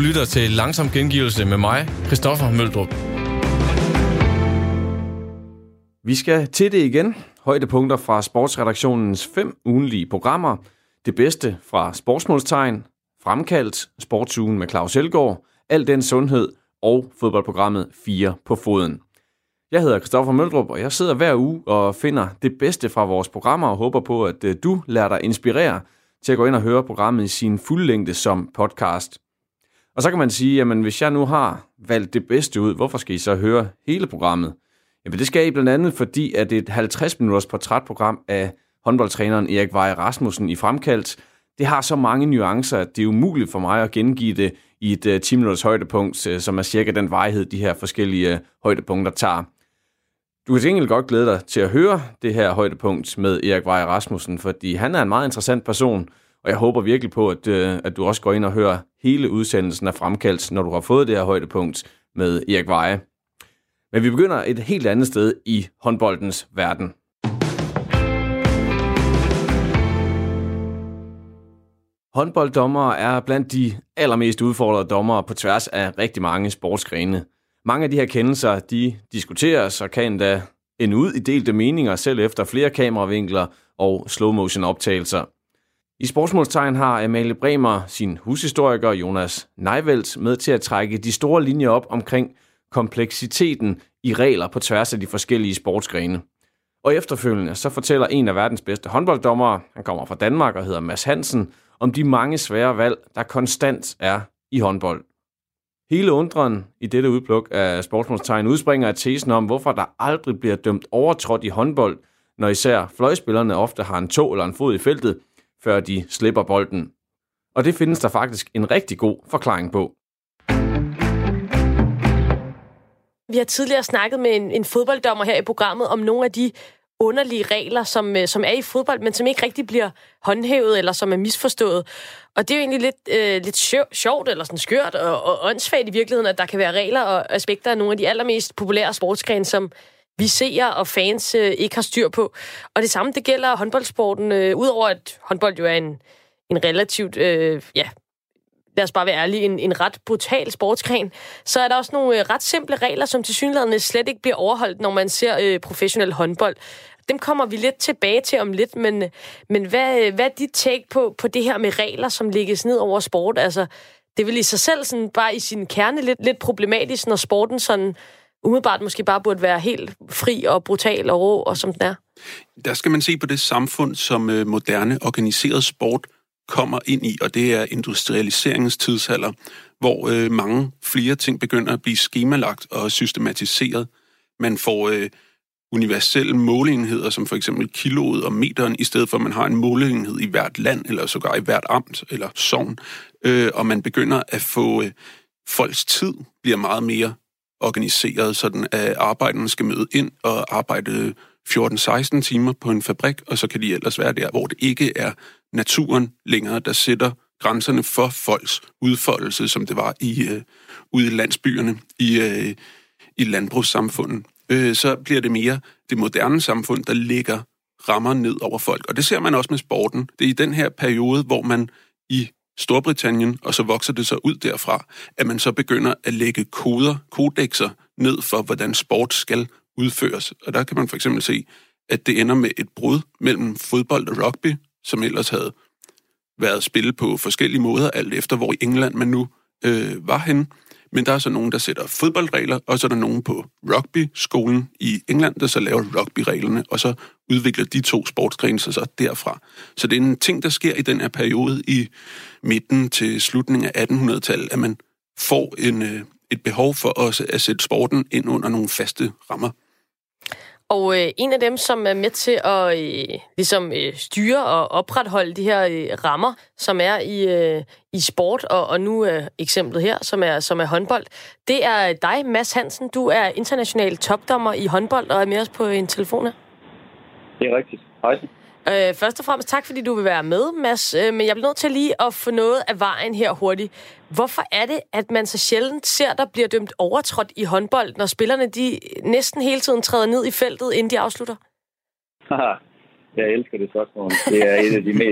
lytter til Langsom Gengivelse med mig, Christoffer Møldrup. Vi skal til det igen. Højdepunkter fra sportsredaktionens 5 ugenlige programmer. Det bedste fra Sportsmålstegn, Fremkaldt, Sportsugen med Claus Elgaard, Al den sundhed og fodboldprogrammet 4 på foden. Jeg hedder Christoffer Møldrup, og jeg sidder hver uge og finder det bedste fra vores programmer og håber på, at du lader dig inspirere til at gå ind og høre programmet i sin fulde længde som podcast. Og så kan man sige, jamen hvis jeg nu har valgt det bedste ud, hvorfor skal I så høre hele programmet? Jamen det skal I blandt andet, fordi at et 50-minutters portrætprogram af håndboldtræneren Erik Weihe Rasmussen i Fremkaldt, det har så mange nuancer, at det er umuligt for mig at gengive det i et 10-minutters højdepunkt, som er cirka den varighed, de her forskellige højdepunkter tager. Du kan egentlig godt glæde dig til at høre det her højdepunkt med Erik Weihe Rasmussen, fordi han er en meget interessant person, og jeg håber virkelig på, at du også går ind og hører hele udsendelsen af Fremkaldt, når du har fået det her højdepunkt med Erik Weihe. Men vi begynder et helt andet sted i håndboldens verden. Håndbolddommere er blandt de allermest udfordrede dommere på tværs af rigtig mange sportsgrene. Mange af de her kendelser, de diskuteres og kan endda ende ud i delte meninger, selv efter flere kameravinkler og slow-motion optagelser. I Sportsmålstegn har Amalie Bremer sin hushistoriker Jonas Neiveldt med til at trække de store linjer op omkring kompleksiteten i regler på tværs af de forskellige sportsgrene. Og efterfølgende så fortæller en af verdens bedste håndbolddommere, han kommer fra Danmark og hedder Mads Hansen, om de mange svære valg, der konstant er i håndbold. Hele undren i dette udpluk af Sportsmålstegn udspringer af tesen om, hvorfor der aldrig bliver dømt overtrådt i håndbold, når især fløjspillerne ofte har en tå eller en fod i feltet, før de slipper bolden. Og det findes der faktisk en rigtig god forklaring på. Vi har tidligere snakket med en fodbolddommer her i programmet om nogle af de underlige regler, som er i fodbold, men som ikke rigtig bliver håndhævet eller som er misforstået. Og det er jo egentlig lidt sjovt eller sådan skørt og åndssvagt i virkeligheden, at der kan være regler og aspekter af nogle af de allermest populære sportsgrene, som vi seere og fans ikke har styr på. Og det samme, det gælder håndboldsporten. Udover at håndbold jo er en relativt, lad os bare være ærlige, en ret brutal sportsgren, så er der også nogle ret simple regler, som tilsyneladende slet ikke bliver overholdt, når man ser professionel håndbold. Dem kommer vi lidt tilbage til om lidt, men hvad er dit take på det her med regler, som lægges ned over sport? Altså, det er vel i sig selv sådan, bare i sin kerne lidt problematisk, når sporten sådan umiddelbart måske bare burde være helt fri og brutal og rå, og som den er. Der skal man se på det samfund, som moderne organiseret sport kommer ind i, og det er industrialiseringens tidsalder, hvor mange flere ting begynder at blive skemalagt og systematiseret. Man får universelle måleenheder, som for eksempel kiloet og meteren, i stedet for at man har en måleenhed i hvert land, eller sågar i hvert amt eller sogn. Og man begynder at få folks tid bliver meget mere organiseret, sådan at arbejderne skal møde ind og arbejde 14-16 timer på en fabrik, og så kan de ellers være der, hvor det ikke er naturen længere, der sætter grænserne for folks udfoldelse, som det var ude i landsbyerne, i landbrugssamfundet. Så bliver det mere det moderne samfund, der lægger rammer ned over folk. Og det ser man også med sporten. Det er i den her periode, hvor man i Storbritannien, og så vokser det så ud derfra, at man så begynder at lægge kodexer ned for, hvordan sport skal udføres. Og der kan man for eksempel se, at det ender med et brud mellem fodbold og rugby, som ellers havde været spillet på forskellige måder, alt efter hvor i England man nu var henne. Men der er så nogen, der sætter fodboldregler, og så er der nogen på rugby-skolen i England, der så laver rugby-reglerne, og så udvikler de to sportsgrene sig så derfra. Så det er en ting, der sker i den her periode i midten til slutningen af 1800-tallet, at man får et behov for også at sætte sporten ind under nogle faste rammer. Og en af dem, som er med til at styre og opretholde de her rammer, som er i sport, og nu eksemplet her, som er håndbold, det er dig, Mads Hansen. Du er international topdommer i håndbold og er med os på en telefon her. Det er rigtigt. Hej. Først og fremmest tak, fordi du vil være med, Mads. Men jeg bliver nødt til lige at få noget af vejen her hurtigt. Hvorfor er det, at man så sjældent ser, der bliver dømt overtrådt i håndbold, når spillerne de næsten hele tiden træder ned i feltet, inden de afslutter? Jeg elsker det spørgsmål. Det er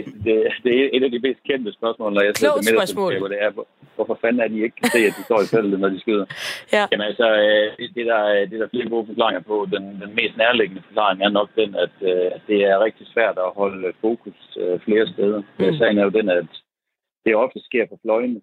et af de mest kendte spørgsmål, når jeg ser det middagsselskaber. Det er, hvorfor fanden er de ikke kan se, at de står i feltet, når de skyder? Ja. Jamen altså, det er der flere gode forklaringer på. Den mest nærliggende forklaring er nok den, at det er rigtig svært at holde fokus flere steder. Sagen er jo den, at det ofte sker på fløjene.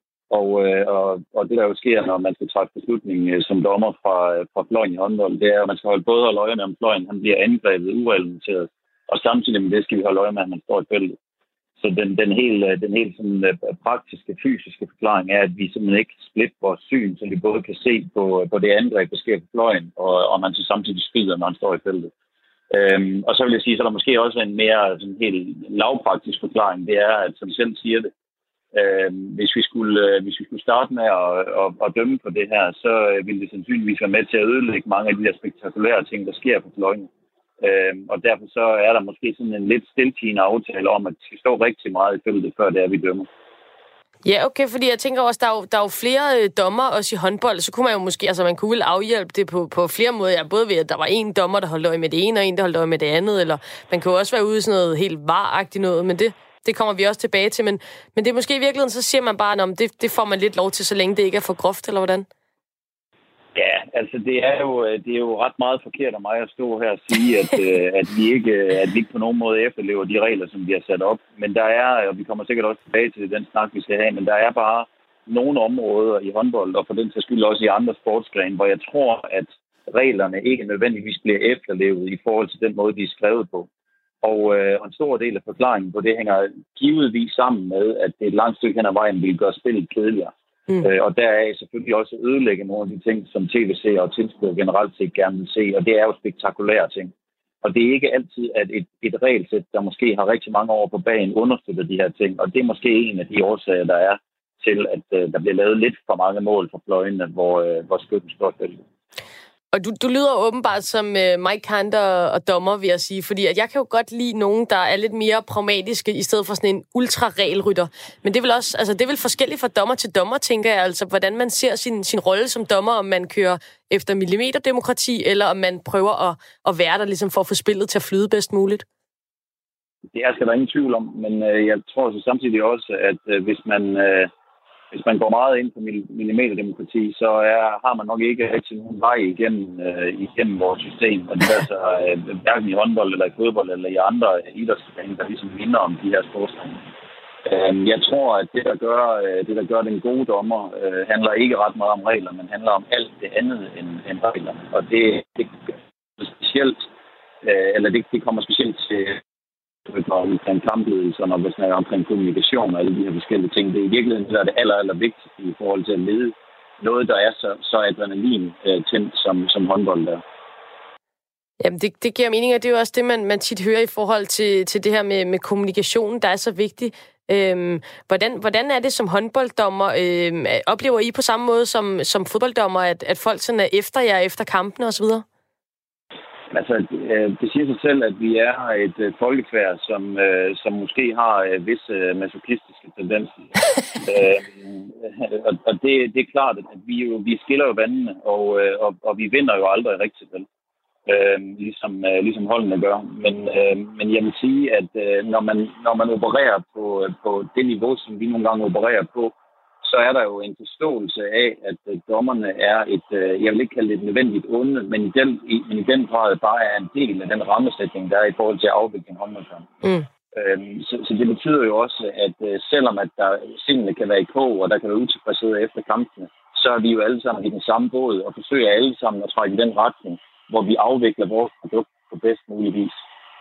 Og det, der jo sker, når man skal træffe beslutning som dommer fra fløjen i håndbold, det er, at man skal holde øjene om fløjen. Han bliver angrebet urelateret. Og samtidig med det skal vi holde øje med, at man står i feltet. Så den helt sådan, praktiske, fysiske forklaring er, at vi simpelthen ikke splitter vores syn, så vi både kan se på det angreb, der sker på fløjen, og man så samtidig skyder, når man står i feltet. Og så vil jeg sige, så er der måske også en mere sådan, helt lavpraktisk forklaring. Det er, at som selv siger det, hvis vi skulle starte med at dømme på det her, så ville det sandsynligvis være med til at ødelægge mange af de der spektakulære ting, der sker på fløjene. Og derfor så er der måske sådan en lidt stiltigende aftale om, at det skal stå rigtig meget i feltet, før det er, vi dømmer. Ja, okay, fordi jeg tænker også, der er jo flere dommer også i håndbold, så kunne man jo måske, altså man kunne vel afhjælpe det på flere måder. Ja, både ved, at der var en dommer, der holdt øje med det ene, og en, der holdt øje med det andet, eller man kan jo også være ude i sådan noget helt varagtigt noget, men det kommer vi også tilbage til. Men det er måske i virkeligheden, så siger man bare, at det får man lidt lov til, så længe det ikke er for groft, eller hvordan? Ja, altså det er jo ret meget forkert af mig at stå her og sige, at vi ikke på nogen måde efterlever de regler, som vi har sat op. Men der er, og vi kommer sikkert også tilbage til den snak, vi skal have, men der er bare nogle områder i håndbold, og for den sags skyld også i andre sportsgrene, hvor jeg tror, at reglerne ikke nødvendigvis bliver efterlevet i forhold til den måde, de er skrevet på. Og en stor del af forklaringen på det hænger givetvis sammen med, at det et langt stykke hen ad vejen vil gøre spillet kedeligere. Og der er selvfølgelig også ødelægge nogle af de ting, som tv-seere og tilskuere generelt set gerne vil se, og det er jo spektakulære ting. Og det er ikke altid, at et regelsæt, der måske har rigtig mange år på bagen, understøtter de her ting, og det er måske en af de årsager, der er til, at der bliver lavet lidt for mange mål for fløjene, hvor skytten står feltet. Og du lyder åbenbart som Mike Kanter og dommer, vil jeg sige, fordi at jeg kan jo godt lide nogen, der er lidt mere pragmatiske, i stedet for sådan en ultra-regelrytter. Men det er vel også, altså det er vel forskelligt fra dommer til dommer, tænker jeg, altså hvordan man ser sin rolle som dommer, om man kører efter millimeterdemokrati, eller om man prøver at være der ligesom for at få spillet til at flyde bedst muligt. Det er der ingen tvivl om, men jeg tror så samtidig også, at hvis man går meget ind på millimeterdemokrati, så har man nok ikke rigtig nogen vej igennem vores system. Og det er altså hverken i håndbold eller i fodbold eller i andre idrætsgrene, der ligesom minder om de her sportsgrene. Jeg tror, at det, der gør den gode dommer, handler ikke ret meget om regler, men handler om alt det andet end regler. Og det specielt, eller det kommer specielt til omkring kampledelser, når vi snakker omkring kommunikation og alle de her forskellige ting. Det er i virkeligheden det, der er det aller vigtigste i forhold til at lede noget, der er så adrenalin-tændt som håndbold der. Jamen, det giver mening, og det er jo også det, man tit hører i forhold til det her med kommunikation, der er så vigtigt. Hvordan er det som håndbolddommer? Oplever I på samme måde som fodbolddommer, at folk sådan er efter jer, efter kampene osv.? Altså, det siger sig selv, at vi er et folkefærd, som måske har visse masochistiske tendenser. Og det er klart, at vi skiller jo vandene, og vi vinder jo aldrig rigtigt, vel? Ligesom holdene gør. Men jeg vil sige, at når man opererer på det niveau, som vi nogle gange opererer på, så er der jo en forståelse af, at dommerne er jeg vil ikke kalde det et nødvendigt onde, men i den grad bare er en del af den rammesætning, der er i forhold til at afvikle en håndboldkamp. Så det betyder jo også, at selvom at der sindene kan være i kog, og der kan være utilfredshed efter kampene, så er vi jo alle sammen i den samme båd, og forsøger alle sammen at trække i den retning, hvor vi afvikler vores produkt på bedst mulig vis.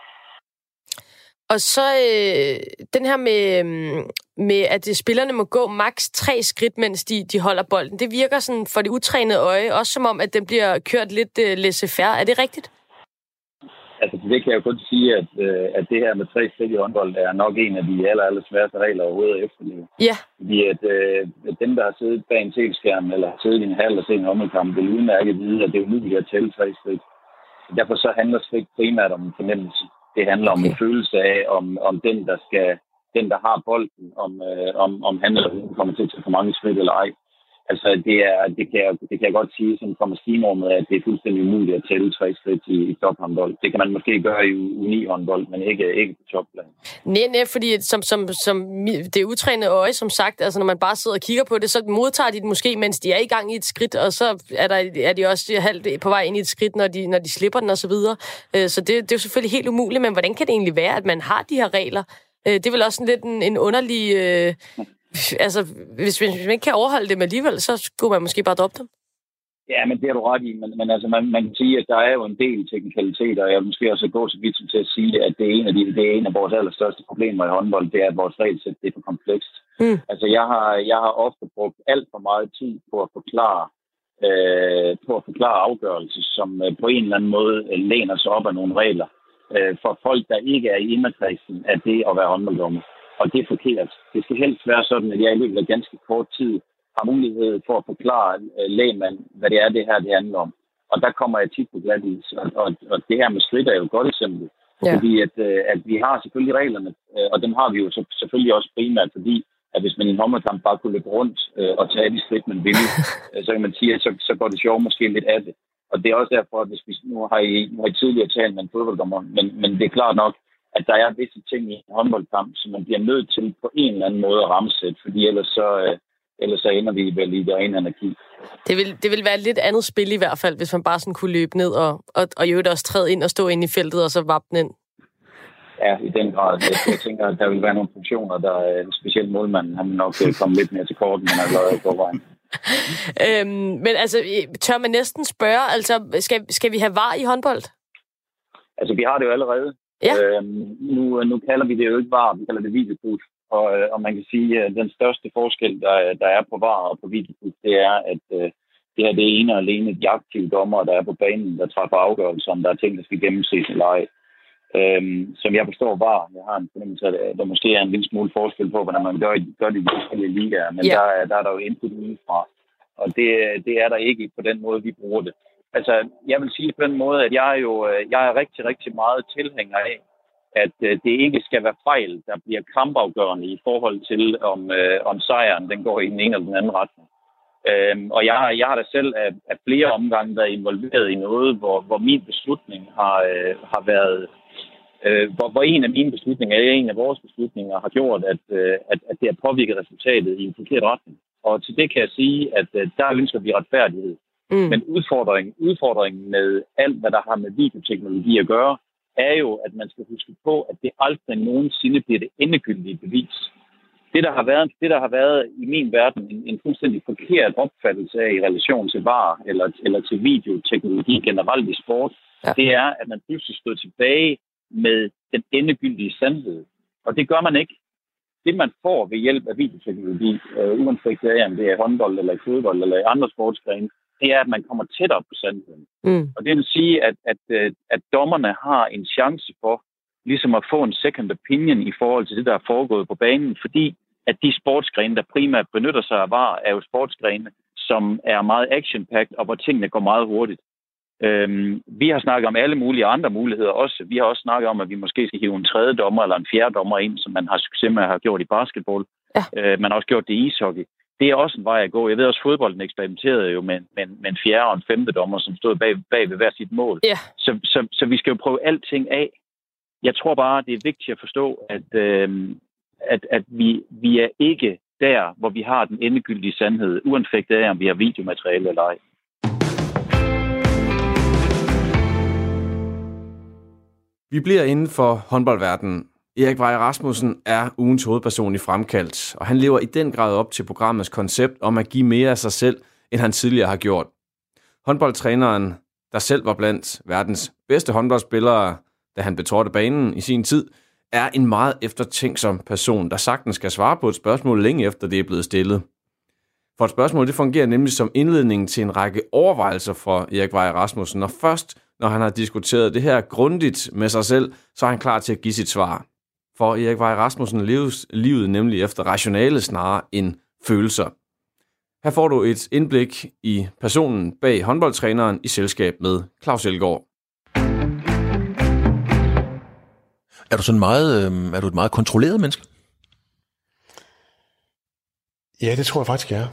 Og så den her med, at spillerne må gå maks 3 skridt, mens de holder bolden. Det virker sådan for det utrænede øje, også som om, at den bliver kørt lidt laissez-faire. Er det rigtigt? Altså, det kan jeg jo kun sige, at det her med 3 skridt i håndbold er nok en af de aller sværeste regler overhovedet at efterleve. Ja. Fordi at dem, der har siddet bag en tv-skærm, eller har siddet i en hal og set en håndboldkamp, vil udmærket vide, at det er umuligt at tælle 3 skridt. Derfor så handler skridt primært om en fornemmelse. Det handler om en følelse af, om den, der har bolden, om han eller hun kommer til at tage for mange skridt eller ej. Altså, det kan jeg godt sige, som fra maskinrummet, at det er fuldstændig umuligt at tælle 3 skridt i tophåndbold. Det kan man måske gøre i U9-håndbold, men ikke på topplan. Nej, fordi som det utrænede øje, som sagt, altså når man bare sidder og kigger på det, så modtager de det måske, mens de er i gang i et skridt, og så er de også halvt på vej ind i et skridt, når de slipper den og så videre. Så det er jo selvfølgelig helt umuligt, men hvordan kan det egentlig være, at man har de her regler? Det er vel også sådan lidt en underlig... Altså, hvis man ikke kan overholde dem alligevel, så skulle man måske bare droppe dem. Ja, men det er du ret i. Men altså, man kan sige, at der er jo en del teknikaliteter, og jeg vil måske også gå så vidt til at sige, at det er en af vores allerstørste problemer i håndbold, det er, at vores regelsæt er for komplekst. Altså, jeg har ofte brugt alt for meget tid på at forklare afgørelser, som på en eller anden måde læner sig op af nogle regler. For folk, der ikke er i inderkredsen af det at være håndbolddommer. Og det er forkert. Det skal helst være sådan, at jeg i løbet af ganske kort tid har mulighed for at forklare lægmand, hvad det er, det her det handler om. Og der kommer jeg tit på glatis. Og det her med skridt er jo et godt eksempel. Ja. Fordi at vi har selvfølgelig reglerne, og dem har vi jo selvfølgelig også primært, fordi at hvis man i en håndboldkamp bare kunne løbe rundt og tage de skridt, man vil, så kan man sige, at så går det sjovt måske lidt af det. Og det er også derfor, at hvis vi nu har I tidligere talt med en fodbolddommer, men det er klart nok, at der er visse ting i en håndboldkamp, som man bliver nødt til på en eller anden måde at ramsætte, fordi ellers så ender vi vel i det ene anarki. Det vil være et lidt andet spil i hvert fald, hvis man bare sådan kunne løbe ned og jo også træde ind og stå ind i feltet og så vappe den ind. Ja, i den grad. Jeg tænker, at der vil være nogle funktioner, der specielt målmanden, han vil nok komme lidt mere til korten, end han allerede på vejen. Men altså, tør man næsten spørge, altså, skal vi have VAR i håndbold? Altså, vi har det jo allerede. Ja. Nu kalder vi det jo ikke VAR, vi kalder det videopush. Og man kan sige, at den største forskel, der er på VAR og på videopush, det er, at det her det er ene og alene de aktive dommere, der er på banen, der træffer afgørelser, om der er ting, der skal gennemses eller ej. Som jeg forstår VAR, jeg har en fornemmelse af, at der måske er en lille smule forskel på, hvordan man gør det i de forskellige ligaer, men der er der jo input udefra. Og det er der ikke på den måde, vi bruger det. Altså, jeg vil sige på den måde, at jeg er rigtig, rigtig meget tilhænger af, at det ikke skal være fejl, der bliver kampafgørende i forhold til, om sejren den går i den ene eller den anden retning. Og jeg har da selv af flere omgange været involveret i noget, hvor min beslutning har været, hvor en af mine beslutninger, en af vores beslutninger, har gjort, at det har påvirket resultatet i en forkert retning. Og til det kan jeg sige, at der ønsker vi retfærdighed. Men udfordringen med alt, hvad der har med videoteknologi at gøre, er jo, at man skal huske på, at det aldrig nogensinde bliver det endegyldige bevis. Det, der har været i min verden en fuldstændig forkert opfattelse af i relation til VAR eller til videoteknologi generelt i sport, det er, at man pludselig stod tilbage med den endegyldige sandhed. Og det gør man ikke. Det, man får ved hjælp af videoteknologi, uanset om det er håndbold eller i fodbold eller i andre sportsgrene, det er, at man kommer tættere på sandheden. Og det vil sige, at dommerne har en chance for ligesom at få en second opinion i forhold til det, der er foregået på banen, fordi at de sportsgrene, der primært benytter sig af VAR, er jo sportsgrene, som er meget action-packed, og hvor tingene går meget hurtigt. Vi har snakket om alle mulige andre muligheder også. Vi har også snakket om, at vi måske skal hive en tredje dommer eller en fjerde dommer ind, som man har succes med at have gjort i basketball. Ja. Man har også gjort det i ishockey. Det er også en vej at gå. Jeg ved også, at fodbolden eksperimenterede jo med en fjerde og en femte dommer, som stod bag ved hver sit mål. Ja. Så vi skal jo prøve alting af. Jeg tror bare, det er vigtigt at forstå, at vi er ikke der, hvor vi har den endegyldige sandhed, uanfægtet af, om vi har videomateriale eller ej. Vi bliver inden for håndboldverdenen. Erik Weihe Rasmussen er ugens hovedperson i Fremkaldt, og han lever i den grad op til programmets koncept om at give mere af sig selv, end han tidligere har gjort. Håndboldtræneren, der selv var blandt verdens bedste håndboldspillere, da han betrådte banen i sin tid, er en meget eftertænksom person, der sagtens skal svare på et spørgsmål længe efter det er blevet stillet. For et spørgsmål, det fungerer nemlig som indledning til en række overvejelser for Erik Weihe Rasmussen, og først når han har diskuteret det her grundigt med sig selv, så er han klar til at give sit svar. For Erik Weihe Rasmussen leves livet nemlig efter rationale snarere end følelser. Her får du et indblik i personen bag håndboldtræneren i selskab med Claus Elgaard. Er du et meget kontrolleret menneske? Ja, det tror jeg faktisk, jeg er.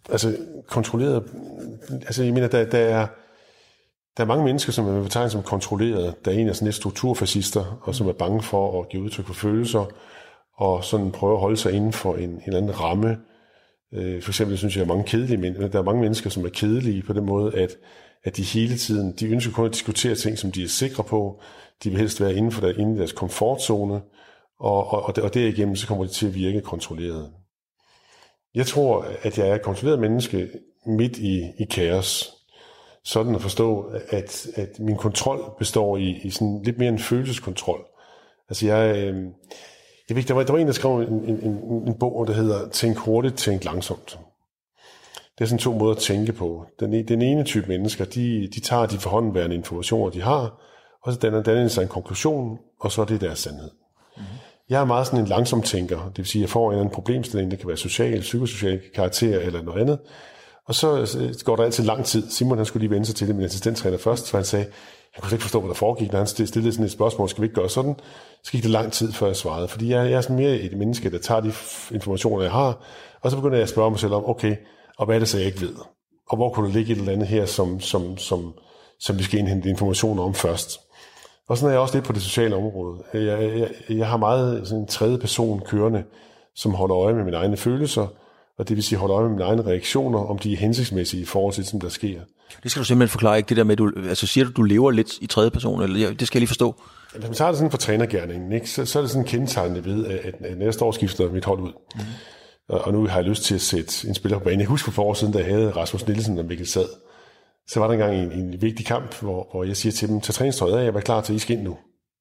Altså kontrolleret, altså jeg mener, der er mange mennesker, som er betegnet som kontrolleret. Der er en af sådan lidt strukturfascister, og som er bange for at give udtryk for følelser, og sådan prøve at holde sig inden for en eller anden ramme. For eksempel synes jeg, at der er mange mennesker, som er kedelige på den måde, at de hele tiden, de ønsker kun at diskutere ting, som de er sikre på. De vil helst være inden i deres komfortzone, og derigennem så kommer de til at virke kontrolleret. Jeg tror, at jeg er et kontrolleret menneske midt i kaos. Sådan at forstå, at min kontrol består i sådan lidt mere en følelseskontrol. Altså jeg ved ikke, der var en, der skrev en bog, der hedder Tænk hurtigt, tænk langsomt. Det er sådan 2 måder at tænke på. Den ene type mennesker, de tager de forhåndenværende informationer, de har, og så danner sig en konklusion, og så er det deres sandhed. Mm-hmm. Jeg er meget sådan en langsom tænker, det vil sige, at jeg får en eller anden problemstilling, det kan være social, psykosocial karakter eller noget andet, og så går der altid lang tid. Simon, han skulle lige vende sig til det, min assistenttræner først, for han sagde, jeg kunne slet ikke forstå, hvad der foregik, når han stillede sådan et spørgsmål, skal vi ikke gøre sådan? Så gik det lang tid, før jeg svarede, fordi jeg er sådan mere et menneske, der tager de informationer, jeg har, og så begynder jeg at spørge mig selv om, okay, og hvad er det så, jeg ikke ved? Og hvor kunne der ligge et eller andet her, som vi skal indhente informationer om først? Og sådan er jeg også lidt på det sociale område. Jeg har meget sådan en tredje person kørende, som holder øje med mine egne følelser, og det vil sige holde øje med mine egne reaktioner, om de er hensigtsmæssige i forhold til det, som der sker. Det skal du simpelthen forklare, ikke det der med, altså siger du lever lidt i tredje person, eller det skal jeg lige forstå? Hvis man tager det sådan for trænergerningen, ikke, så er det sådan kendetegnende ved, at næste år skifter mit hold ud. Mm-hmm. Og nu har jeg lyst til at sætte en spiller på banen. Jeg husker for år siden, da jeg havde Rasmus Nielsen og Mikkel Sad, så var der engang en vigtig kamp, hvor jeg siger til dem, tag træningstøjet af, jeg var klar til, at I skal ind nu.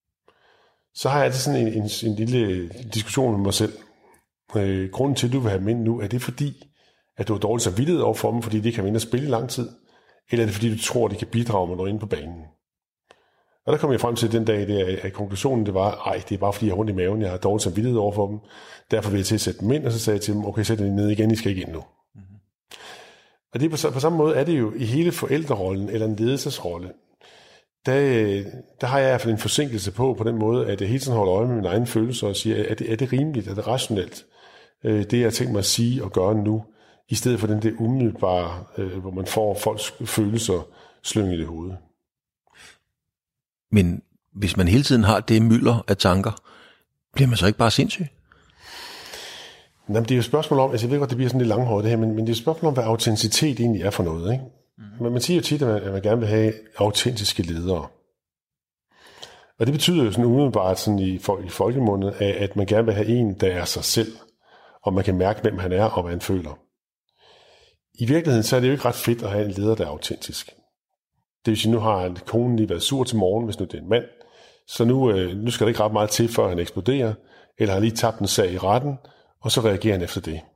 Så har jeg altid sådan en lille diskussion med mig selv. Grunden til, at du vil have dem ind nu, er det fordi, at du har dårlig samvittighed over for dem, fordi de kan vinde at spille i lang tid? Eller er det fordi, du tror, at de kan bidrage med noget inde på banen? Og der kom jeg frem til den dag, at konklusionen det var, det er bare fordi, jeg har ondt i maven, jeg har dårlig samvittighed over for dem. Derfor vil jeg til at sætte dem ind, og så sagde jeg til dem, okay, sæt dem ned igen, I skal ikke ind nu. Mm-hmm. Og det på samme måde er det jo i hele forældrerollen, eller en ledelsesrolle. Der har jeg i hvert fald en forsinkelse på den måde, at jeg hele tiden holder øje med mine egne følelser og siger, er det rimeligt, er det rationelt, det jeg har tænkt mig at sige og gøre nu, i stedet for den der umiddelbare, hvor man får folks følelser slynget i hovedet. Men hvis man hele tiden har det mylder af tanker, bliver man så ikke bare sindssyg? Jamen, det er jo et spørgsmål om, altså jeg ved godt, det bliver sådan lidt langhåret det her, men det er et spørgsmål om, hvad autenticitet egentlig er for noget, ikke? Men man siger jo tit, at man gerne vil have autentiske ledere. Og det betyder jo sådan umiddelbart sådan i folkemundet, at man gerne vil have en, der er sig selv, og man kan mærke, hvem han er og hvad han føler. I virkeligheden så er det jo ikke ret fedt at have en leder, der er autentisk. Det vil sige, nu har konen lige været sur til morgen, hvis nu det er en mand, så nu skal der ikke ret meget til, før han eksploderer, eller har lige tabt en sag i retten, og så reagerer han efter det.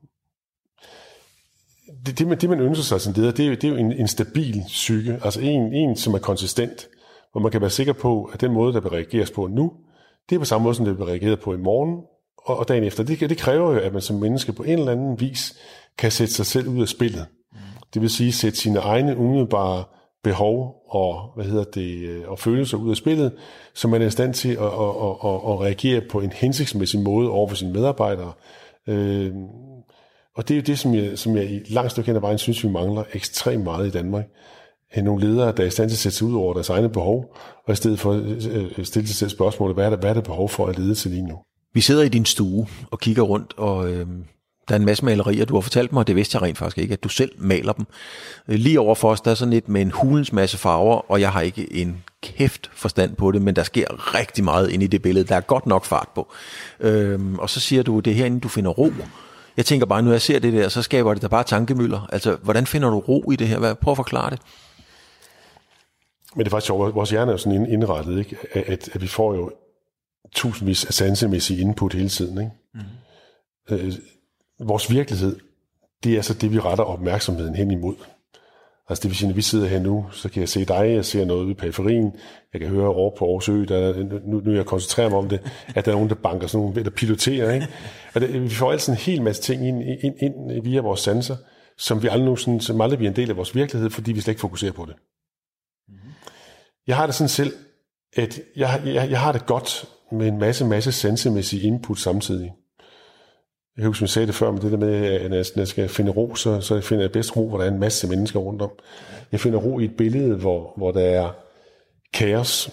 Det man ønsker sig som leder, det er jo en stabil psyke, altså en, som er konsistent, hvor man kan være sikker på, at den måde, der vil reageres på nu, det er på samme måde, som det vil reageret på i morgen og dagen efter. Det kræver jo, at man som menneske på en eller anden vis kan sætte sig selv ud af spillet. Det vil sige, sætte sine egne umiddelbare behov og følelser ud af spillet, så man er i stand til at reagere på en hensigtsmæssig måde over for sine medarbejdere. Og det er jo det, som jeg i langt stykke hen ad vejen synes, vi mangler ekstremt meget i Danmark. Nogle ledere, der er i stand til at sætte sig ud over deres egne behov, og i stedet for at stille sig selv spørgsmålet, hvad er der behov for at lede til lige nu? Vi sidder i din stue og kigger rundt, og der er en masse malerier. Du har fortalt mig, og det vidste jeg rent faktisk ikke, at du selv maler dem. Lige overfor os, der er sådan et med en hulens masse farver, og jeg har ikke en kæft forstand på det, men der sker rigtig meget inde i det billede. Der er godt nok fart på. Og så siger du, det er herinde, du finder ro. Jeg tænker bare, når jeg ser det der, så skaber det der bare tankemylder. Altså, hvordan finder du ro i det her? Prøv at forklare det. Men det er faktisk sjovt. Vores hjerne er jo sådan indrettet, ikke? At vi får jo tusindvis af sansemæssige input hele tiden. Ikke? Mm-hmm. Vores virkelighed, det er så det, vi retter opmærksomheden hen imod. Altså det vil sige, når vi sidder her nu, så kan jeg se dig, jeg ser noget ude i periferien, jeg kan høre over på Aarhus Ø, nu jeg koncentrerer mig om det, at der er nogen, der banker sådan nogle, der piloterer. Ikke? Og vi får altid en hel masse ting ind via vores sanser, som som aldrig bliver en del af vores virkelighed, fordi vi slet ikke fokuserer på det. Mm-hmm. Jeg har det sådan selv, at jeg har det godt med en masse sansemæssige input samtidig. Jeg husker, vi sagde det før, men det der med, at når jeg skal finde ro, så finder jeg bedst ro, hvor der er en masse mennesker rundt om. Jeg finder ro i et billede, hvor der er kaos.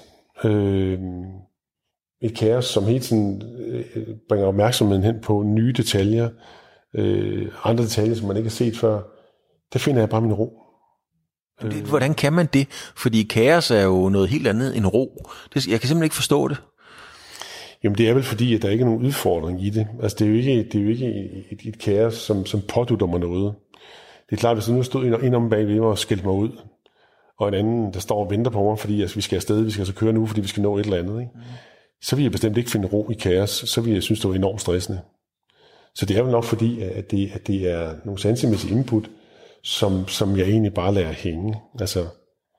Et kaos, som hele tiden bringer opmærksomheden hen på nye detaljer, andre detaljer, som man ikke har set før. Der finder jeg bare min ro. Hvordan kan man det? Fordi kaos er jo noget helt andet end ro. Jeg kan simpelthen ikke forstå det. Jamen det er vel fordi, at der ikke er nogen udfordring i det. Altså det er jo ikke et kaos, som pådutter mig noget. Det er klart, hvis der nu stod en om bagved mig og skældte mig ud, og en anden, der står og venter på mig, fordi vi skal afsted, vi skal så køre nu, fordi vi skal nå et eller andet, ikke? Så vil jeg bestemt ikke finde ro i kaos. Så vil jeg synes, det var enormt stressende. Så det er vel nok fordi, at det er nogle sansemæssige input, som jeg egentlig bare lader hænge. Altså,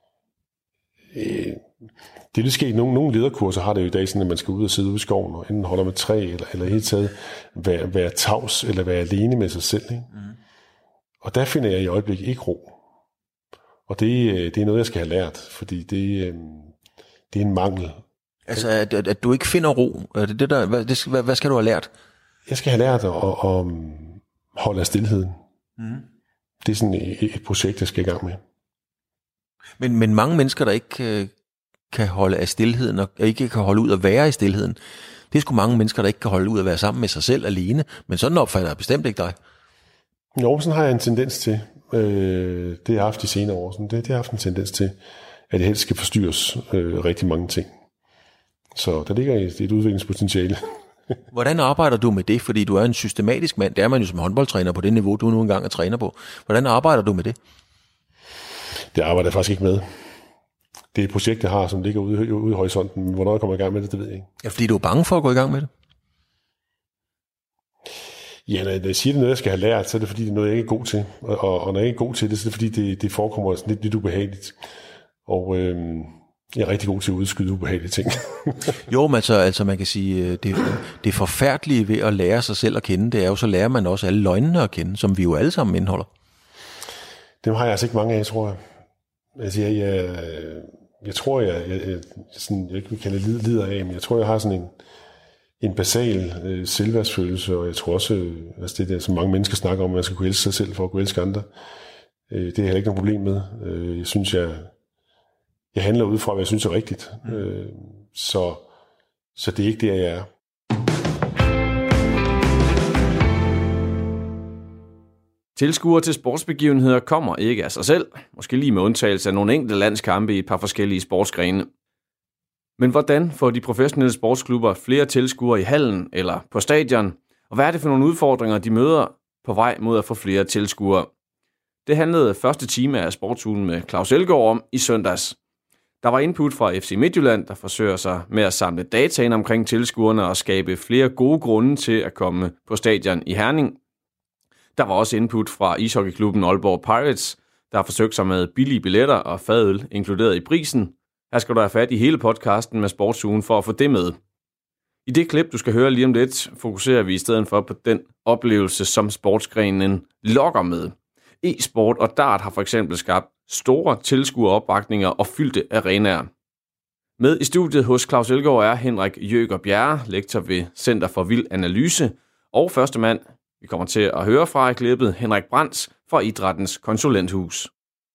det vil ske. Nogle lederkurser har det jo i dag sådan, at man skal ud og sidde ude i skoven, og enten holde med træ, eller helt taget være tavs, eller være alene med sig selv. Ikke? Mm. Og der finder jeg i øjeblikket ikke ro. Og det er noget, jeg skal have lært, fordi det er en mangel. Altså, at du ikke finder ro. Hvad skal du have lært? Jeg skal have lært at holde af stilheden. Mm. Det er sådan et projekt, jeg skal i gang med. Men mange mennesker, der ikke kan holde af stilheden, og ikke kan holde ud at være i stilheden, det er sgu mange mennesker, der ikke kan holde ud at være sammen med sig selv alene. Men sådan opfatter jeg bestemt ikke dig. Jo, sådan har jeg en tendens til. Det har jeg haft de senere år. Det har jeg haft en tendens til, at jeg helst skal forstyrres rigtig mange ting. Så der ligger et udviklingspotentiale. Hvordan arbejder du med det? Fordi du er en systematisk mand. Det er man jo som håndboldtræner på det niveau, du nu engang er træner på. Hvordan arbejder du med det? Det arbejder jeg faktisk ikke med. Det er et projekt, jeg har, som ligger ude i horisonten. Men hvornår jeg kommer i gang med det, det ved jeg ikke. Ja, fordi du er bange for at gå i gang med det? Ja, når jeg siger, det er noget, jeg skal have lært, så er det fordi, det er noget, jeg ikke er god til. Og når jeg ikke er god til det, så er det fordi, det forekommer sådan lidt ubehageligt. Og jeg er rigtig god til at udskyde ubehagelige ting. Jo, men altså man kan sige, det forfærdelige ved at lære sig selv at kende, det er jo, så lærer man også alle løgnene at kende, som vi jo alle sammen indeholder. Dem har jeg altså ikke mange af, tror jeg. Altså, jeg tror, jeg ikke vil kalde det lider af, men jeg tror, jeg har sådan en basal selvværdsfølelse, og jeg tror også, altså det der, som mange mennesker snakker om, at man skal kunne elske sig selv for at kunne elske andre. Det er jeg ikke noget problem med. Jeg synes, jeg handler ud fra, hvad jeg synes er rigtigt. Så det er ikke det, jeg er. Tilskuere til sportsbegivenheder kommer ikke af sig selv, måske lige med undtagelse af nogle enkelte landskampe i et par forskellige sportsgrene. Men hvordan får de professionelle sportsklubber flere tilskuere i hallen eller på stadion? Og hvad er det for nogle udfordringer, de møder på vej mod at få flere tilskuere? Det handlede første time af Sportsugen med Claus Elgaard om i søndags. Der var input fra FC Midtjylland, der forsøger sig med at samle dataen omkring tilskuerne og skabe flere gode grunde til at komme på stadion i Herning. Der var også input fra ishockeyklubben Aalborg Pirates, der har forsøgt sig med billige billetter og fadøl inkluderet i prisen. Her skal du have fat i hele podcasten med Sportsugen for at få det med. I det klip, du skal høre lige om lidt, fokuserer vi i stedet for på den oplevelse, som sportsgrenen lokker med. E-sport og dart har for eksempel skabt store tilskueropbakninger og fyldte arenaer. Med i studiet hos Claus Elgaard er Henrik Jøger Bjerre, lektor ved Center for Vild Analyse, og første mand, vi kommer til at høre fra i klippet, Henrik Brands fra Idrættens Konsulenthus.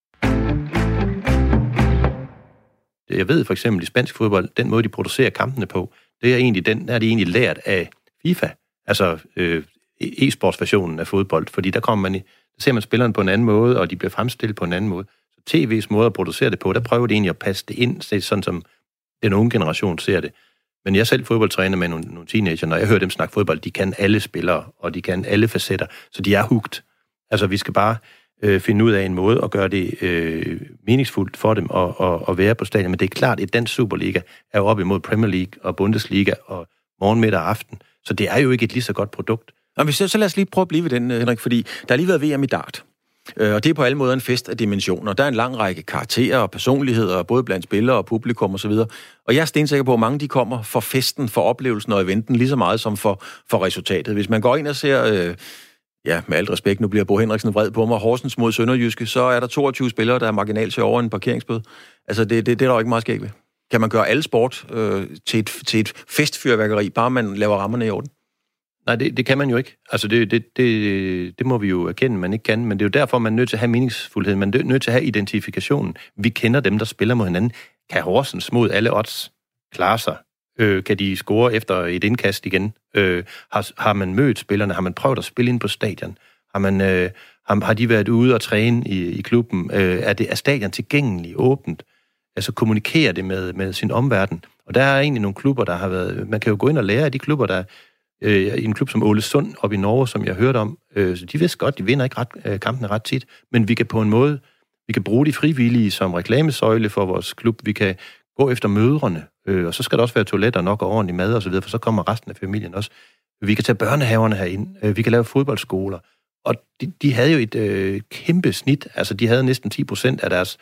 Jeg ved for eksempel i spansk fodbold, den måde, de producerer kampene på, det er egentlig lært af FIFA, altså e-sportsversionen af fodbold, fordi der ser man spillerne på en anden måde, og de bliver fremstillet på en anden måde. Så TV's måde at producere det på, der prøver de egentlig at passe det ind, sådan som den unge generation ser det. Men jeg er selv fodboldtræner med nogle teenager, når jeg hører dem snakke fodbold, de kan alle spillere, og de kan alle facetter, så de er hooked. Altså, vi skal bare finde ud af en måde at gøre det meningsfuldt for dem at være på stadion. Men det er klart, at dansk Superliga er jo op imod Premier League og Bundesliga og morgen, middag og aften. Så det er jo ikke et lige så godt produkt. Så lad os lige prøve at blive ved den, Henrik, fordi der har lige været VM i dart. Og det er på alle måder en fest af dimensioner. Der er en lang række karakterer og personligheder, både blandt spillere og publikum osv. Og jeg er stensikker på, at mange de kommer for festen, for oplevelsen og eventen, lige så meget som for resultatet. Hvis man går ind og ser, med alt respekt, nu bliver Bo Henriksen vred på mig, Horsens mod Sønderjyske, så er der 22 spillere, der er marginalt til over en parkeringsbøde. Altså, det er der jo ikke meget skæg ved. Kan man gøre alle sport til et festfyrværkeri, bare man laver rammerne i orden? Nej, det kan man jo ikke. Altså, det må vi jo erkende, man ikke kan. Men det er jo derfor, man er nødt til at have meningsfuldhed. Man er nødt til at have identifikationen. Vi kender dem, der spiller mod hinanden. Kan Horsens mod alle odds klare sig? Kan de score efter et indkast igen? Har man mødt spillerne? Har man prøvet at spille ind på stadion? Har de været ude og træne i klubben? Er stadion tilgængelig, åbent? Altså kommunikerer det med sin omverden? Og der er egentlig nogle klubber, der har været... Man kan jo gå ind og lære af de klubber, der i en klub som Ålesund oppe i Norge, som jeg hørte om. Så de vidste godt, de vinder ikke kampene ret tit, men vi kan på en måde, vi kan bruge de frivillige som reklamesøjle for vores klub. Vi kan gå efter mødrene, og så skal der også være toiletter nok og ordentlig mad og så videre, for så kommer resten af familien også. Vi kan tage børnehaverne herind, vi kan lave fodboldskoler, og de havde jo et kæmpe snit, altså de havde næsten 10% af deres,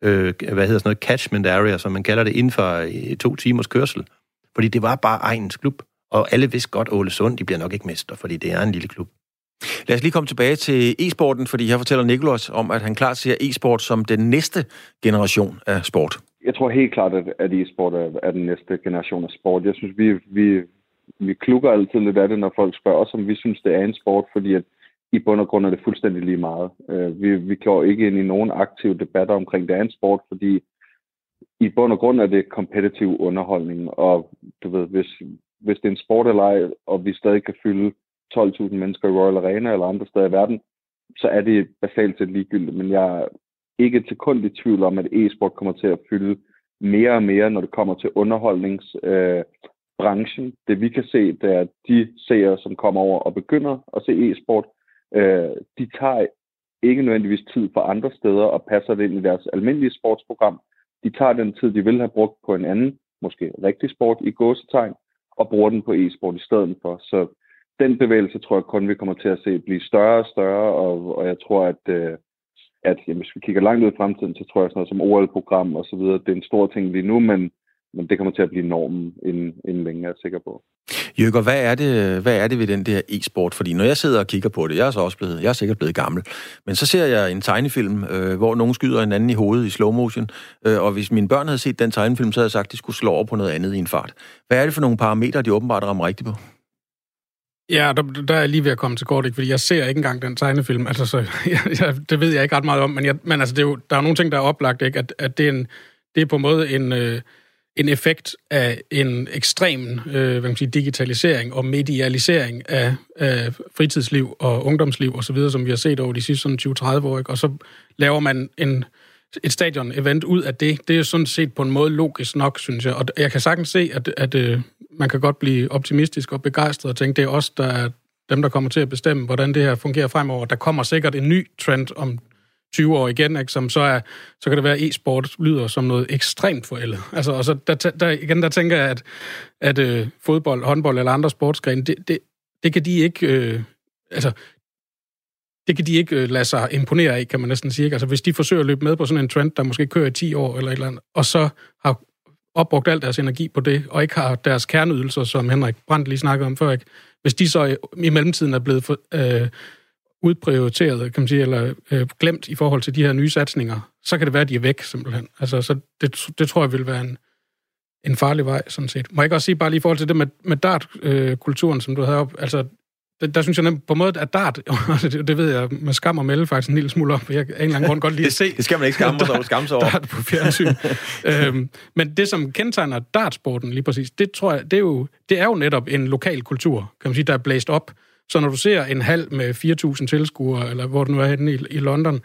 catchment area, som man kalder det, inden for 2 timers kørsel, fordi det var bare egens klub. Og alle vidste godt, Ålesund, de bliver nok ikke mester, fordi det er en lille klub. Lad os lige komme tilbage til e-sporten, fordi her fortæller Nicolas om, at han klart ser e-sport som den næste generation af sport. Jeg tror helt klart, at e-sport er den næste generation af sport. Jeg synes, vi klukker altid lidt af det, når folk spørger os, om vi synes, det er en sport, fordi at i bund og grund er det fuldstændig lige meget. Vi går ikke ind i nogen aktive debatter omkring, det er en sport, fordi i bund og grund er det kompetitiv underholdning, og du ved, hvis det er en sport eller ej, og vi stadig kan fylde 12.000 mennesker i Royal Arena eller andre steder i verden, så er det basalt set ligegyldigt. Men jeg er ikke et sekund i tvivl om, at e-sport kommer til at fylde mere og mere, når det kommer til underholdningsbranchen. Det vi kan se, det er, at de seere, som kommer over og begynder at se e-sport, de tager ikke nødvendigvis tid fra andre steder og passer det ind i deres almindelige sportsprogram. De tager den tid, de vil have brugt på en anden, måske rigtig sport i gåsetegn, og bruger den på e-sport i stedet for. Så den bevægelse tror jeg kun, vi kommer til at se blive større og større, og jeg tror, at hvis vi kigger langt ud i fremtiden, så tror jeg sådan noget som OL-program og så videre, det er en stor ting lige nu, men det kommer til at blive normen inden længe, er jeg sikker på. Jørgen, hvad er det ved den der e-sport? Fordi når jeg sidder og kigger på det, jeg er sikkert blevet gammel, men så ser jeg en tegnefilm, hvor nogen skyder en anden i hovedet i slow motion, og hvis mine børn havde set den tegnefilm, så havde jeg sagt, at de skulle slå over på noget andet i en fart. Hvad er det for nogle parametre, de åbenbart rammer rigtigt på? Ja, der er jeg lige ved at komme til kort, ikke? Fordi jeg ser ikke engang den tegnefilm, altså så det ved jeg ikke ret meget om, men altså der er nogle ting, der er oplagt, ikke? At det er på en måde en effekt af en ekstrem digitalisering og medialisering af fritidsliv og ungdomsliv og så videre, som vi har set over de sidste sådan 20-30 år, ikke? Og så laver man et stadion-event ud af det. Det er jo sådan set på en måde logisk nok, synes jeg. Og jeg kan sagtens se, at man kan godt blive optimistisk og begejstret og tænke, det er os, der er dem, der kommer til at bestemme, hvordan det her fungerer fremover. Der kommer sikkert en ny trend om 20 år igen, ikke? Som så kan det være, at e-sport lyder som noget ekstremt forældet. Altså, og så der tænker jeg, at fodbold, håndbold eller andre sportsgrene, det kan de ikke... Det kan de ikke lade sig imponere af, kan man næsten sige. Altså, hvis de forsøger at løbe med på sådan en trend, der måske kører i 10 år eller et eller andet, og så har opbrugt al deres energi på det, og ikke har deres kerneydelser, som Henrik Brandt lige snakkede om før, ikke? Hvis de så i mellemtiden er blevet udprioriteret, kan man sige, eller glemt i forhold til de her nye satsninger, så kan det være, at de er væk, simpelthen. Altså, så det tror jeg vil være en farlig vej, sådan set. Må jeg ikke også sige, bare lige i forhold til det med dart-kulturen, som du havde op, altså, der synes jeg nemlig på en måde, at dart, det ved jeg med skam og melde faktisk en lille smule op, jeg af en eller anden grund godt lide at se. Det skal man ikke skamme sig over. Dart på fjernsyn. Men det, som kendetegner dartsporten lige præcis, det tror jeg, det er jo netop en lokal kultur, kan man sige, der er blæst op. Så når du ser en hal med 4.000 tilskuere, eller hvor det nu er henne i London,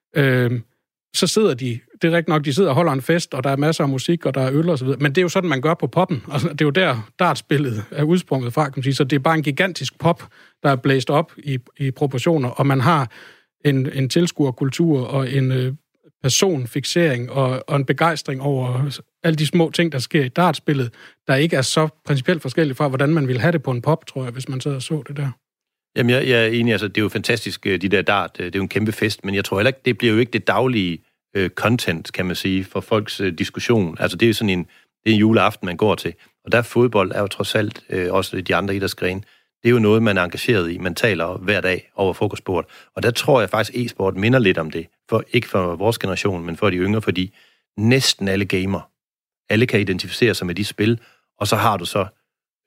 så sidder de, det er rigtigt nok, de sidder og holder en fest, og der er masser af musik, og der er øl og så videre. Men det er jo sådan, man gør på poppen. Altså, det er jo der, dartspillet er udsprunget fra, kan man sige. Så det er bare en gigantisk pop, der er blæst op i proportioner, og man har en tilskuerkultur og en personfixering og en begejstring over alle de små ting, der sker i dartspillet, der ikke er så principielt forskellige fra, hvordan man ville have det på en pop, tror jeg, hvis man sidder og så det der. Jamen, jeg er enig, altså, det er jo fantastisk, de der dart, det er jo en kæmpe fest, men jeg tror heller ikke, det bliver jo ikke det daglige content, kan man sige, for folks diskussion. Altså, det er jo sådan en juleaften, man går til, og der fodbold er jo trods alt, også de andre idrætsgrene, det er jo noget, man er engageret i, man taler hver dag over frokostbordet, og der tror jeg faktisk, e-sport minder lidt om det, ikke for vores generation, men for de yngre, fordi næsten alle gamer, alle kan identificere sig med de spil, og så har du så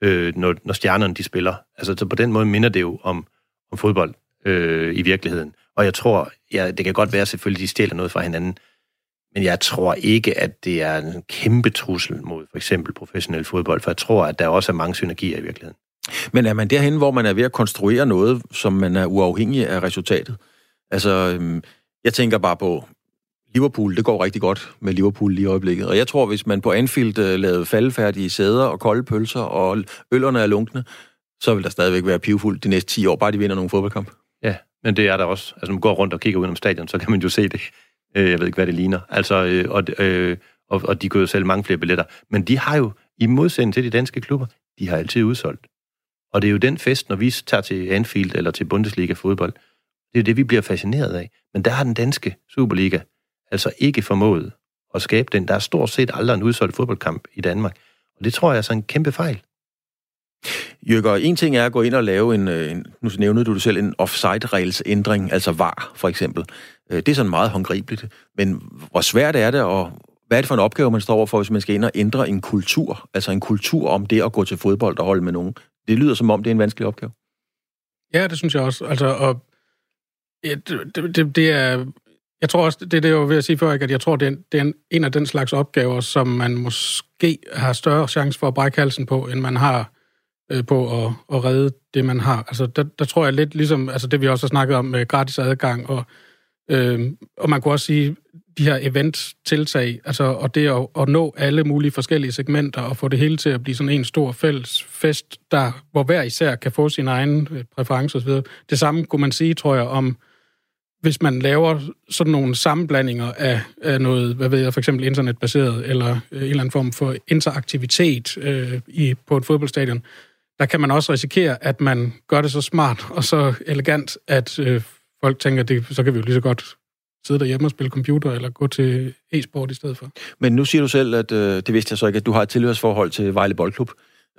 når stjernerne de spiller. Altså så på den måde minder det jo om fodbold i virkeligheden. Og jeg tror, det kan godt være selvfølgelig, de stjæler noget fra hinanden, men jeg tror ikke, at det er en kæmpe trussel mod for eksempel professionel fodbold, for jeg tror, at der også er mange synergier i virkeligheden. Men er man derhen, hvor man er ved at konstruere noget, som man er uafhængig af resultatet? Altså, jeg tænker bare på Liverpool, det går rigtig godt med Liverpool lige i øjeblikket. Og jeg tror, hvis man på Anfield lavede faldefærdige sæder og kolde pølser, og øllerne er lunkne, så vil der stadigvæk være pivfuldt de næste 10 år, bare de vinder nogle fodboldkamp. Ja, men det er der også. Altså, når man går rundt og kigger udenom stadion, så kan man jo se det. Jeg ved ikke, hvad det ligner. Altså, og de kunne jo sælge mange flere billetter. Men de har jo, i modsætning til de danske klubber, de har altid udsolgt. Og det er jo den fest, når vi tager til Anfield eller til Bundesliga-fodbold, det er jo det, vi bliver fascineret af. Men der har den danske Superliga altså ikke formået at skabe den. Der er stort set aldrig en udsolgt fodboldkamp i Danmark. Og det tror jeg er så en kæmpe fejl. Jørgen, en ting er at gå ind og lave nu nævnede du det selv, en offside-regelsændring, altså VAR for eksempel. Det er sådan meget håndgribeligt. Men hvor svært er det, og hvad er det for en opgave, man står overfor, hvis man skal ind og ændre en kultur? Altså en kultur om det at gå til fodbold og holde med nogen. Det lyder som om, det er en vanskelig opgave. Ja, det synes jeg også. Altså, og det er... Jeg tror også, det jeg var ved at sige før, at jeg tror, det er en af den slags opgaver, som man måske har større chance for at brække halsen på, end man har på at redde det, man har. Altså, der tror jeg lidt ligesom, altså det vi også har snakket om med gratis adgang, og man kunne også sige, de her event-tiltag, altså, og det at nå alle mulige forskellige segmenter, og få det hele til at blive sådan en stor fælles fest, hvor hver især kan få sin egen præference osv. Det samme kunne man sige, tror jeg, om hvis man laver sådan nogle sammenblandinger af noget, hvad ved jeg, for eksempel internetbaseret, eller en eller anden form for interaktivitet på et fodboldstadion, der kan man også risikere, at man gør det så smart og så elegant, at folk tænker, så kan vi jo lige så godt sidde derhjemme og spille computer, eller gå til e-sport i stedet for. Men nu siger du selv, at det vidste jeg så ikke, at du har et tilhørsforhold til Vejle Boldklub.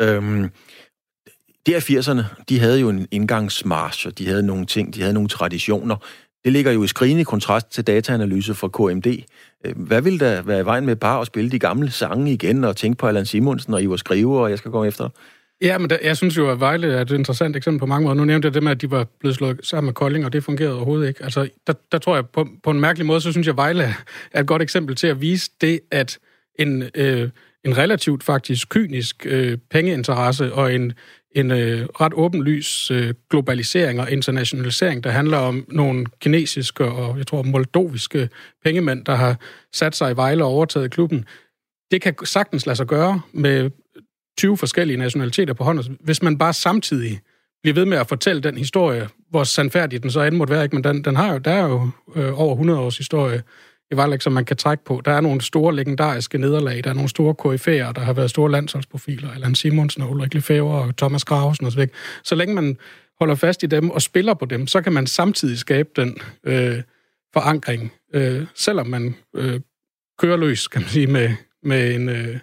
Der 80'erne, de havde jo en indgangsmarch, og de havde nogle ting, de havde nogle traditioner. Det ligger jo i skrigende kontrast til dataanalyse fra KMD. Hvad vil der være i vejen med bare at spille de gamle sange igen, og tænke på Allan Simonsen og Ivar Skrive, og jeg skal gå efter? Ja, men jeg synes jo, at Vejle er et interessant eksempel på mange måder. Nu nævnte jeg det med, at de var blevet slået sammen med Kolding, og det fungerede overhovedet ikke. Altså, der tror jeg, på en mærkelig måde, så synes jeg, at Vejle er et godt eksempel til at vise det, at en relativt faktisk kynisk pengeinteresse og en ret åbenlys globalisering og internationalisering, der handler om nogle kinesiske og, jeg tror, moldoviske pengemænd, der har sat sig i Vejle og overtaget klubben. Det kan sagtens lade sig gøre med 20 forskellige nationaliteter på hånden, hvis man bare samtidig bliver ved med at fortælle den historie, hvor sandfærdig den så end måtte være, ikke? Men der er jo over 100 års historie i Vejle, som man kan trække på. Der er nogle store legendariske nederlag, der er nogle store koryfæer, der har været store landsholdsprofiler, Allan Simonsen og Ulrik Lefebvre og Thomas Gravesen og så videre. Så længe man holder fast i dem og spiller på dem, så kan man samtidig skabe den forankring, selvom man kører løs, kan man sige, med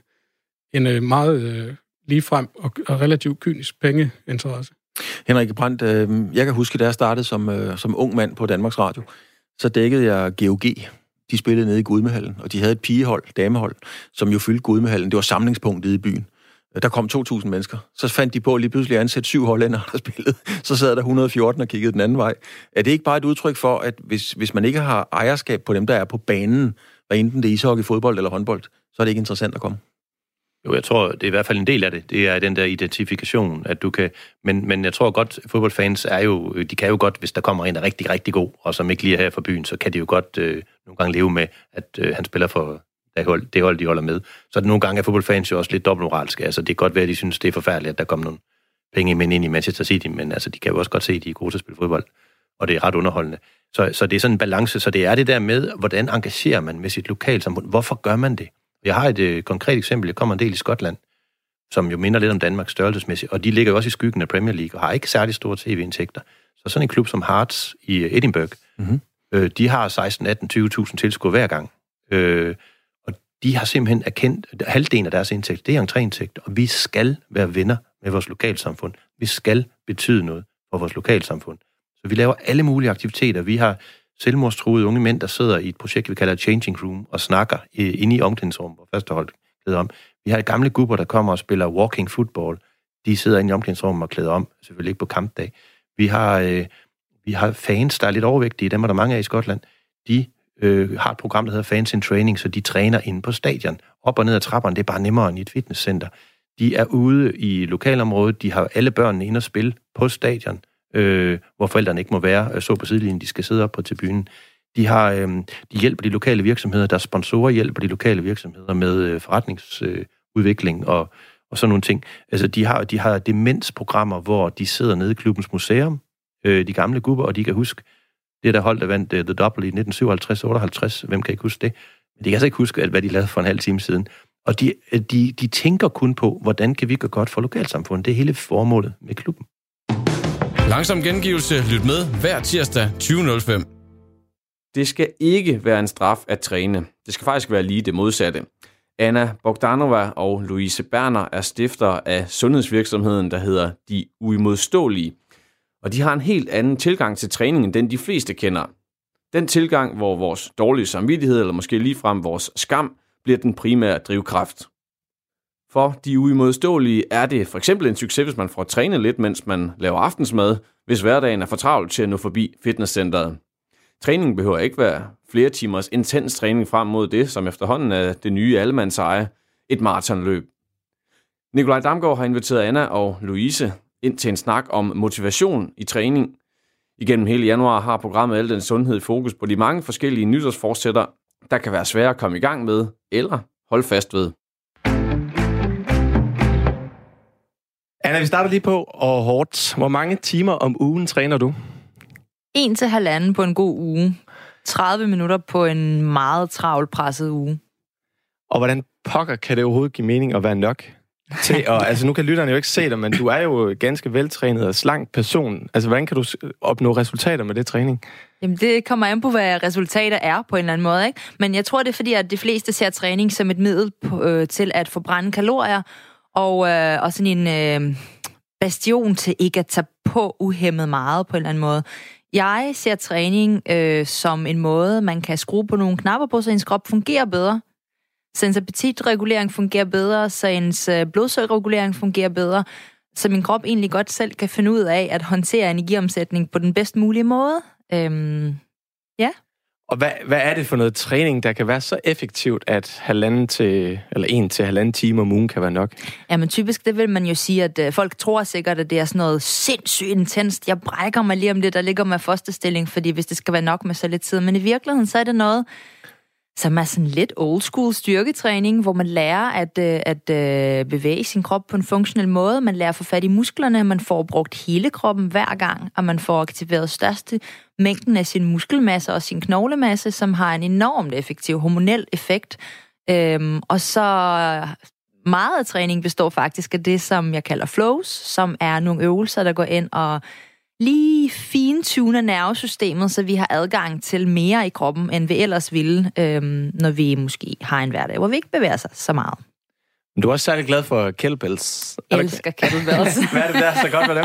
en meget ligefrem og relativt kynisk pengeinteresse. Henrik Brandt, jeg kan huske, da jeg startede som ung mand på Danmarks Radio, så dækkede jeg GOG. De spillede nede i Gudmehallen, og de havde et pigehold, damehold, som jo fyldte Gudmehallen. Det var samlingspunktet i byen. Der kom 2.000 mennesker. Så fandt de på lige pludselig at ansætte 7 hollændere, der spillede. Så sad der 114 og kiggede den anden vej. Er det ikke bare et udtryk for, at hvis man ikke har ejerskab på dem, der er på banen, hvad enten det er ishockey, fodbold eller håndbold, så er det ikke interessant at komme? Jo, jeg tror, det er i hvert fald en del af det. Det er den der identifikation, at du kan... Men jeg tror godt, fodboldfans de kan jo godt, hvis der kommer en, der er rigtig, rigtig god, og som ikke lige er her fra byen, så kan de jo godt nogle gange leve med, at han spiller for det hold, de holder med. Så nogle gange er fodboldfans jo også lidt dobbeltmoralske. Altså, det kan godt være, at de synes, det er forfærdeligt, at der kommer nogle penge ind i Manchester City, men altså, de kan jo også godt se, at de er gode til at spille fodbold, og det er ret underholdende. Så det er sådan en balance, så det er det der med, hvordan engagerer man med sit lokalsamfund? Hvorfor gør man det? Jeg har et konkret eksempel. Jeg kommer en del i Skotland, som jo minder lidt om Danmarks størrelsesmæssigt, og de ligger jo også i skyggen af Premier League, og har ikke særlig store tv-indtægter. Så sådan en klub som Hearts i Edinburgh, de har 16, 18, 20.000 tilskuere hver gang. Og de har simpelthen erkendt, halvdelen af deres indtægt, det er entréindtægt, og vi skal være venner med vores lokalsamfund. Vi skal betyde noget for vores lokalsamfund. Så vi laver alle mulige aktiviteter. Vi har selvmordstruede unge mænd, der sidder i et projekt, vi kalder Changing Room, og snakker inde i omklædningsrummet, hvor førsteholdet glæder om. Vi har gamle gubber, der kommer og spiller walking football de sidder inde i omklædningsrummet og klæder om, selvfølgelig ikke på kampdag. Vi har fans, der er lidt overvægtige, dem er der mange af i Skotland. De har et program, der hedder Fans in Training, så de træner inde på stadion. Op og ned ad trapperne, det er bare nemmere end i et fitnesscenter. De er ude i lokalområdet, de har alle børnene inde og spille på stadion, hvor forældrene ikke må være så på sidelinjen, de skal sidde op på tribunen. De hjælper de lokale virksomheder, der sponsorer hjælper de lokale virksomheder med forretningsudvikling og sådan nogle ting. Altså, de har demensprogrammer, hvor de sidder nede i klubbens museum, de gamle gubber, og de kan huske det, der holdt, der vandt The Double i 1957-58. Hvem kan ikke huske det? Men de kan altså ikke huske, hvad de lavede for en halv time siden. Og de tænker kun på, hvordan kan vi gøre godt for lokalsamfundet. Det er hele formålet med klubben. Langsom gengivelse. Lyt med hver tirsdag 20.05. Det skal ikke være en straf at træne. Det skal faktisk være lige det modsatte. Anna Bogdanova og Louise Berner er stiftere af sundhedsvirksomheden, der hedder De Uimodståelige. Og de har en helt anden tilgang til træning, end den de fleste kender. Den tilgang, hvor vores dårlige samvittighed, eller måske ligefrem vores skam, bliver den primære drivkraft. For De Uimodståelige er det for eksempel en succes, hvis man får trænet lidt, mens man laver aftensmad, hvis hverdagen er for travlt til at nå forbi fitnesscenteret. Træningen behøver ikke være flere timers intens træning frem mod det, som efterhånden er det nye allemandseje, et maratonløb. Nikolaj Damgaard har inviteret Anna og Louise ind til en snak om motivation i træning. Igennem hele januar har programmet Al den Sundhed i fokus på de mange forskellige nytårsforsætter, der kan være svære at komme i gang med eller holde fast ved. Anna, vi starter lige på og hårdt. Hvor mange timer om ugen træner du? 1-1,5 på en god uge. 30 minutter på en meget travlt presset uge. Og hvordan pokker kan det overhovedet give mening at være nok til? Og altså, nu kan lytterne jo ikke se dig, men du er jo ganske veltrænet og slank person. Altså, hvordan kan du opnå resultater med det træning? Jamen, det kommer an på, hvad resultater er på en eller anden måde, ikke? Men jeg tror, det er fordi, at de fleste ser træning som et middel til at forbrænde kalorier, og sådan en bastion til ikke at tage på uhæmmet meget på en eller anden måde. Jeg ser træning som en måde, man kan skrue på nogle knapper på, så ens krop fungerer bedre. Så ens appetitregulering fungerer bedre, så ens blodsukkerregulering fungerer bedre, så min krop egentlig godt selv kan finde ud af at håndtere energiomsætning på den bedst mulige måde. Ja. Og hvad er det for noget træning, der kan være så effektivt, at 1 til 1,5 time om ugen kan være nok? Jamen typisk, det vil man jo sige, at folk tror sikkert, at det er sådan noget sindssygt intenst. Jeg brækker mig lige om det, der ligger med fosterstilling, fordi hvis det skal være nok med så lidt tid. Men i virkeligheden, så er det noget, som er sådan lidt old school styrketræning, hvor man lærer at bevæge sin krop på en funktionel måde. Man lærer at få fat i musklerne, man får brugt hele kroppen hver gang, og man får aktiveret største mængden af sin muskelmasse og sin knoglemasse, som har en enormt effektiv hormonel effekt. Og så meget af træning består faktisk af det, som jeg kalder flows, som er nogle øvelser, der går ind og lige fintuner nervesystemet, så vi har adgang til mere i kroppen, end vi ellers ville, når vi måske har en hverdag, hvor vi ikke bevæger sig så meget. Men du er også særlig glad for kettlebells. Jeg elsker kettlebells. Hvad er det, der er så godt med dem?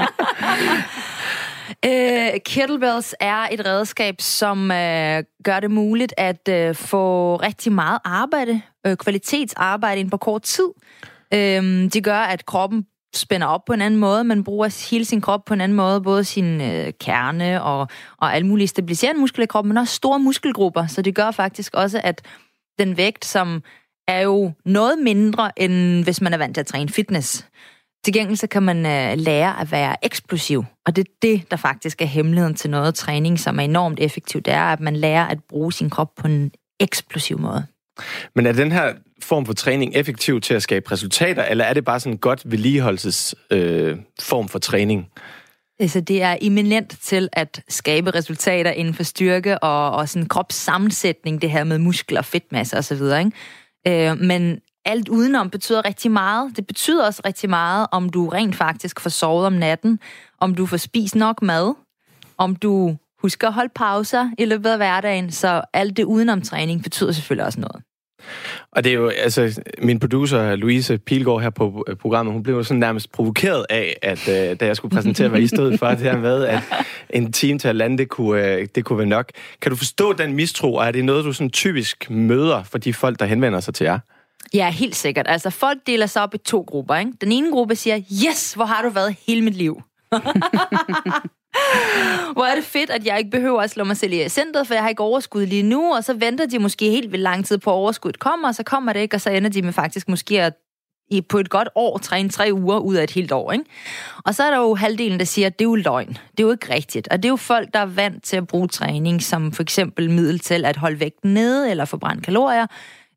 Kettlebells er et redskab, som gør det muligt at få rigtig meget arbejde, kvalitetsarbejde inden på kort tid. Det gør, at kroppen spænder op på en anden måde. Man bruger hele sin krop på en anden måde, både sin kerne og alle mulige stabiliserende muskler i kroppen, men også store muskelgrupper. Så det gør faktisk også, at den vægt, som er jo noget mindre, end hvis man er vant til at træne fitness. Til gengæld så kan man lære at være eksplosiv. Og det er det, der faktisk er hemmeligheden til noget træning, som er enormt effektivt. Det er, at man lærer at bruge sin krop på en eksplosiv måde. Men er den her form for træning effektiv til at skabe resultater, eller er det bare sådan en godt vedligeholdelses form for træning? Altså, det er eminent til at skabe resultater inden for styrke og sådan kropssammensætning, det her med muskler, fedtmasse osv., ikke? Men alt udenom betyder rigtig meget. Det betyder også rigtig meget, om du rent faktisk får sovet om natten, om du får spist nok mad, om du husker at holde pauser i løbet af hverdagen, så alt det udenom træning betyder selvfølgelig også noget. Og det er jo, altså, min producer, Louise Pilgaard her på programmet, hun blev jo sådan nærmest provokeret af, at da jeg skulle præsentere, hvad I stod for, det her med, at en time til 1,5, det kunne være nok. Kan du forstå den mistro, og er det noget, du sådan typisk møder for de folk, der henvender sig til jer? Ja, helt sikkert. Altså, folk deler sig op i 2 grupper, ikke? Den ene gruppe siger, yes, hvor har du været hele mit liv? Hvor er det fedt, at jeg ikke behøver at slå mig selv i centret, for jeg har ikke overskud lige nu, og så venter de måske helt vildt lang tid på, at overskuddet kommer, og så kommer det ikke, og så ender de med faktisk måske at på et godt år træne 3 uger ud af et helt år, ikke? Og så er der jo halvdelen, der siger, at det er jo løgn. Det er jo ikke rigtigt. Og det er jo folk, der er vant til at bruge træning som for eksempel middel til at holde vægten nede, eller forbrænde kalorier,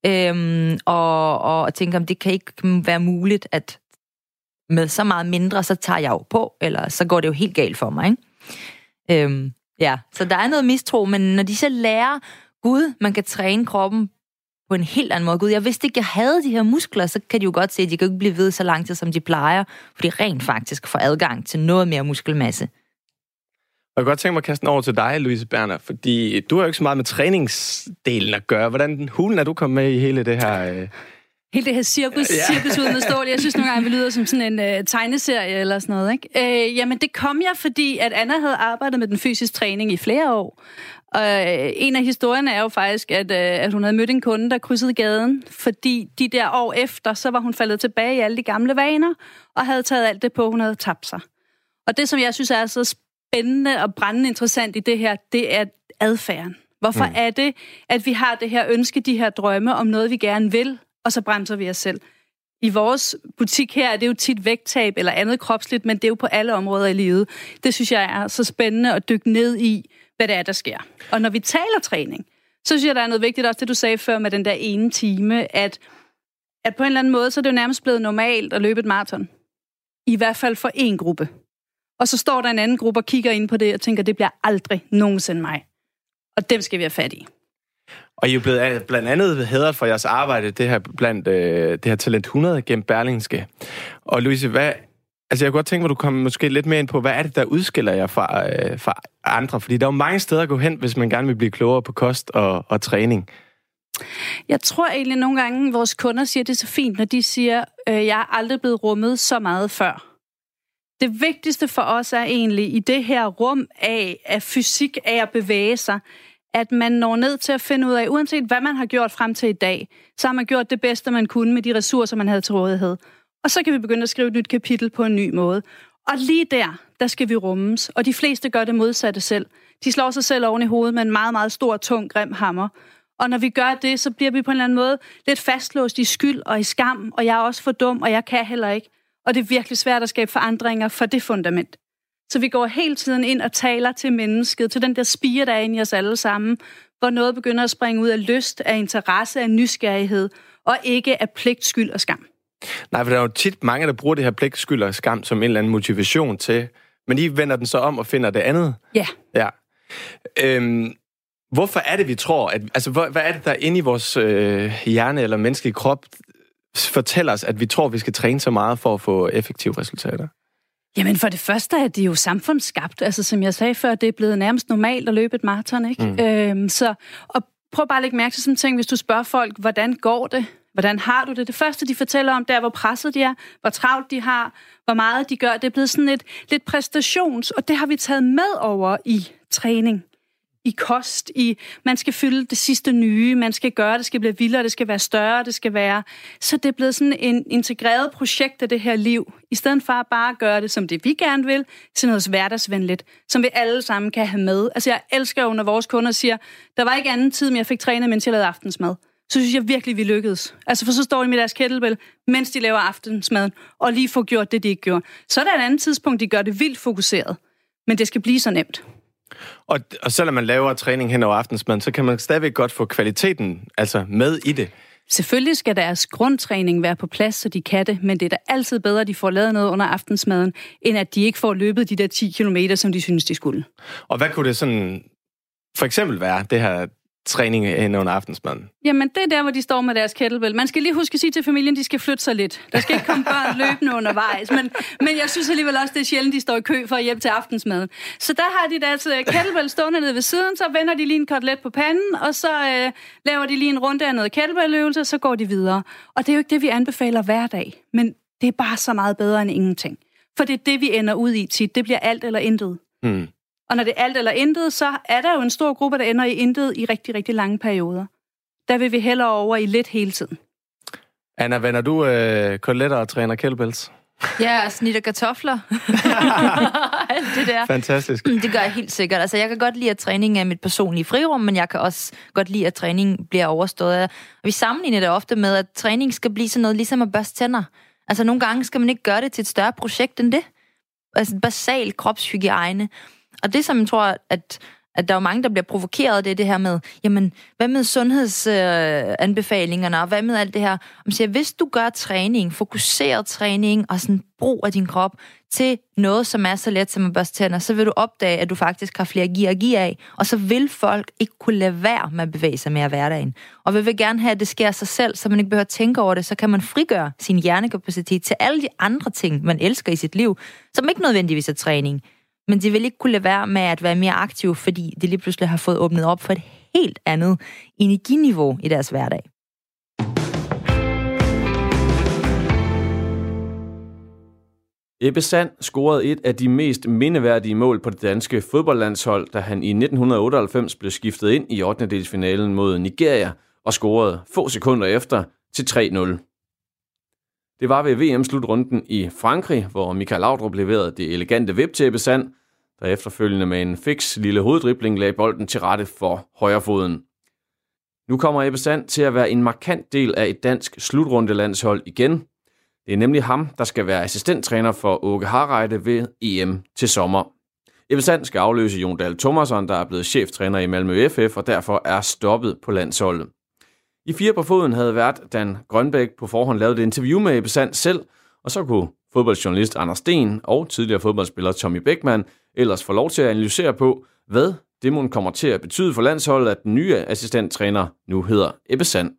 og tænker, om det kan ikke være muligt, at med så meget mindre, så tager jeg jo på, eller så går det jo helt galt for mig, ikke? Ja, så der er noget mistro, men når de så lærer, Gud, man kan træne kroppen på en helt anden måde. Gud, jeg vidste ikke, jeg havde de her muskler, så kan de jo godt se, at de kan ikke blive ved så lang tid, som de plejer, for de rent faktisk får adgang til noget mere muskelmasse. Jeg kan godt tænke mig at kaste den over til dig, Louise Berner, fordi du har jo ikke så meget med træningsdelen at gøre. Hvordan hulen er du kommet med i hele det her... Hele det her cirkus uden at stå. Jeg synes nogle gange, vi lyder som sådan en tegneserie eller sådan noget, ikke? Jamen, det kom jeg, fordi at Anna havde arbejdet med den fysiske træning i flere år. Og en af historierne er jo faktisk, at hun havde mødt en kunde, der krydsede gaden, fordi de der år efter, så var hun faldet tilbage i alle de gamle vaner, og havde taget alt det på, hun havde tabt sig. Og det, som jeg synes er så spændende og brændende interessant i det her, det er adfærden. Hvorfor er det, at vi har det her ønske, de her drømme om noget, vi gerne vil, og så bremser vi os selv? I vores butik her er det jo tit vægttab eller andet kropsligt, men det er jo på alle områder i livet. Det synes jeg er så spændende at dykke ned i, hvad det er, der sker. Og når vi taler træning, så synes jeg, der er noget vigtigt også, det du sagde før med den der ene time, at på en eller anden måde, så er det jo nærmest blevet normalt at løbe et maraton. I hvert fald for en gruppe. Og så står der en anden gruppe og kigger ind på det og tænker, det bliver aldrig nogensinde mig. Og dem skal vi have fat i. Og I er jo blevet blandt andet hædret for jeres arbejde, det her blandt det her Talent 100 gennem Berlingske. Og Louise, jeg kunne godt tænke mig, at du kommer måske lidt mere ind på, hvad er det, der udskiller jer fra andre? Fordi der er jo mange steder at gå hen, hvis man gerne vil blive klogere på kost og træning. Jeg tror egentlig nogle gange, vores kunder siger det så fint, når de siger, jeg er aldrig blevet rummet så meget før. Det vigtigste for os er egentlig i det her rum af fysik, af at bevæge sig, at man når ned til at finde ud af, uanset hvad man har gjort frem til i dag, så har man gjort det bedste, man kunne med de ressourcer, man havde til rådighed. Og så kan vi begynde at skrive et nyt kapitel på en ny måde. Og lige der skal vi rummes. Og de fleste gør det modsatte selv. De slår sig selv oven i hovedet med en meget, meget stor, tung, grim hammer. Og når vi gør det, så bliver vi på en eller anden måde lidt fastlåst i skyld og i skam, og jeg er også for dum, og jeg kan heller ikke. Og det er virkelig svært at skabe forandringer for det fundament. Så vi går hele tiden ind og taler til mennesket, til den der spire, der er inde i os alle sammen, hvor noget begynder at springe ud af lyst, af interesse, af nysgerrighed, og ikke af pligt, skyld og skam. Nej, for der er jo tit mange, der bruger det her pligt, skyld og skam som en eller anden motivation til, men de vender den så om og finder det andet. Ja. Hvorfor er det, vi tror, hvad er det, der inde i vores hjerne eller menneskelige krop fortæller os, at vi tror, vi skal træne så meget for at få effektive resultater? Jamen for det første er det jo samfundsskabt. Altså som jeg sagde før, det er blevet nærmest normalt at løbe et maraton, ikke? Og prøv bare at lægge mærke til sådan en ting, hvis du spørger folk, hvordan går det? Hvordan har du det? Det første, de fortæller om, det er, hvor presset de er, hvor travlt de har, hvor meget de gør. Det er blevet sådan lidt præstations, og det har vi taget med over i træning, i kost, man skal fylde det sidste nye, man skal gøre, det skal blive vildere, det skal være større, det skal være... Så det er blevet sådan en integreret projekt af det her liv, i stedet for at bare gøre det, som det vi gerne vil, til noget hverdagsvenligt, som vi alle sammen kan have med. Altså jeg elsker jo, når vores kunder siger, der var ikke anden tid, men jeg fik trænet, mens jeg lavede aftensmad. Så synes jeg virkelig, vi lykkedes. Altså for så står de med deres kettlebell, mens de laver aftensmaden, og lige får gjort det, de ikke gjorde. Så er der et andet tidspunkt, de gør det vildt fokuseret. Men det skal blive så nemt. Og selvom man laver træning hen over aftensmaden, så kan man stadigvæk godt få kvaliteten med i det. Selvfølgelig skal deres grundtræning være på plads, så de kan det, men det er da altid bedre, at de får lavet noget under aftensmaden, end at de ikke får løbet de der 10 kilometer, som de synes, de skulle. Og hvad kunne det sådan for eksempel være, det her træning hen under aftensmaden? Jamen, det er der, hvor de står med deres kettlebell. Man skal lige huske at sige til familien, de skal flytte sig lidt. Der skal ikke komme børn løbende undervejs. Men jeg synes alligevel også, det er sjældent, de står i kø for at hjælpe til aftensmaden. Så der har de deres kettlebell stående nede ved siden, så vender de lige en kotelet på panden, og så laver de lige en runde af noget kettlebelløvelse, og så går de videre. Og det er jo ikke det, vi anbefaler hver dag. Men det er bare så meget bedre end ingenting. For det er det, vi ender ud i tit. Det bliver alt eller intet. Og når det er alt eller intet, så er der jo en stor gruppe, der ender i intet i rigtig, rigtig lange perioder. Der vil vi hellere over i lidt hele tiden. Anna, vender du koteletter og træner kettlebells? Ja, og snitter kartofler. Alt det der. Fantastisk. Det gør jeg helt sikkert. Altså, jeg kan godt lide, at træning er mit personlige frirum, men jeg kan også godt lide, at træning bliver overstået. Og vi sammenligner det ofte med, at træning skal blive sådan noget ligesom at børste tænder. Altså, nogle gange skal man ikke gøre det til et større projekt end det. Altså, basal kropshygiejne. Og det, som jeg tror, at der er mange, der bliver provokeret, det er det her med, jamen, hvad med sundhedsanbefalingerne, og hvad med alt det her? Man siger, hvis du gør træning, fokuseret træning, og sådan brug af din krop til noget, som er så let som at børste tænder, så vil du opdage, at du faktisk har flere gear at give af, og så vil folk ikke kunne lade være med at bevæge sig mere i hverdagen. Og vi vil gerne have, at det sker af sig selv, så man ikke behøver at tænke over det, så kan man frigøre sin hjernekapacitet til alle de andre ting, man elsker i sit liv, som ikke nødvendigvis er træning. Men de vil ikke kunne lade være med at være mere aktive, fordi de lige pludselig har fået åbnet op for et helt andet energiniveau i deres hverdag. Ebbe Sand scorede et af de mest mindeværdige mål på det danske fodboldlandshold, da han i 1998 blev skiftet ind i 8. mod Nigeria og scorede få sekunder efter til 3-0. Det var ved VM-slutrunden i Frankrig, hvor Michael Laudrup leverede det elegante vip til Ebbe Sand, der efterfølgende med en fiks lille hoveddribling lagde bolden til rette for højrefoden. Nu kommer Ebbe Sand til at være en markant del af et dansk slutrundelandshold igen. Det er nemlig ham, der skal være assistenttræner for Åke Hareide ved EM til sommer. Ebbe Sand skal afløse Jon Dahl Tomasson, der er blevet cheftræner i Malmö FF og derfor er stoppet på landsholdet. I 4 på foden havde vært Dan Grønbæk på forhånd lavet et interview med Ebbe Sand selv, og så kunne fodboldjournalist Anders Sten og tidligere fodboldspiller Tommy Bækman ellers få lov til at analysere på, hvad det mon kommer til at betyde for landsholdet, at den nye assistenttræner nu hedder Ebbe Sand.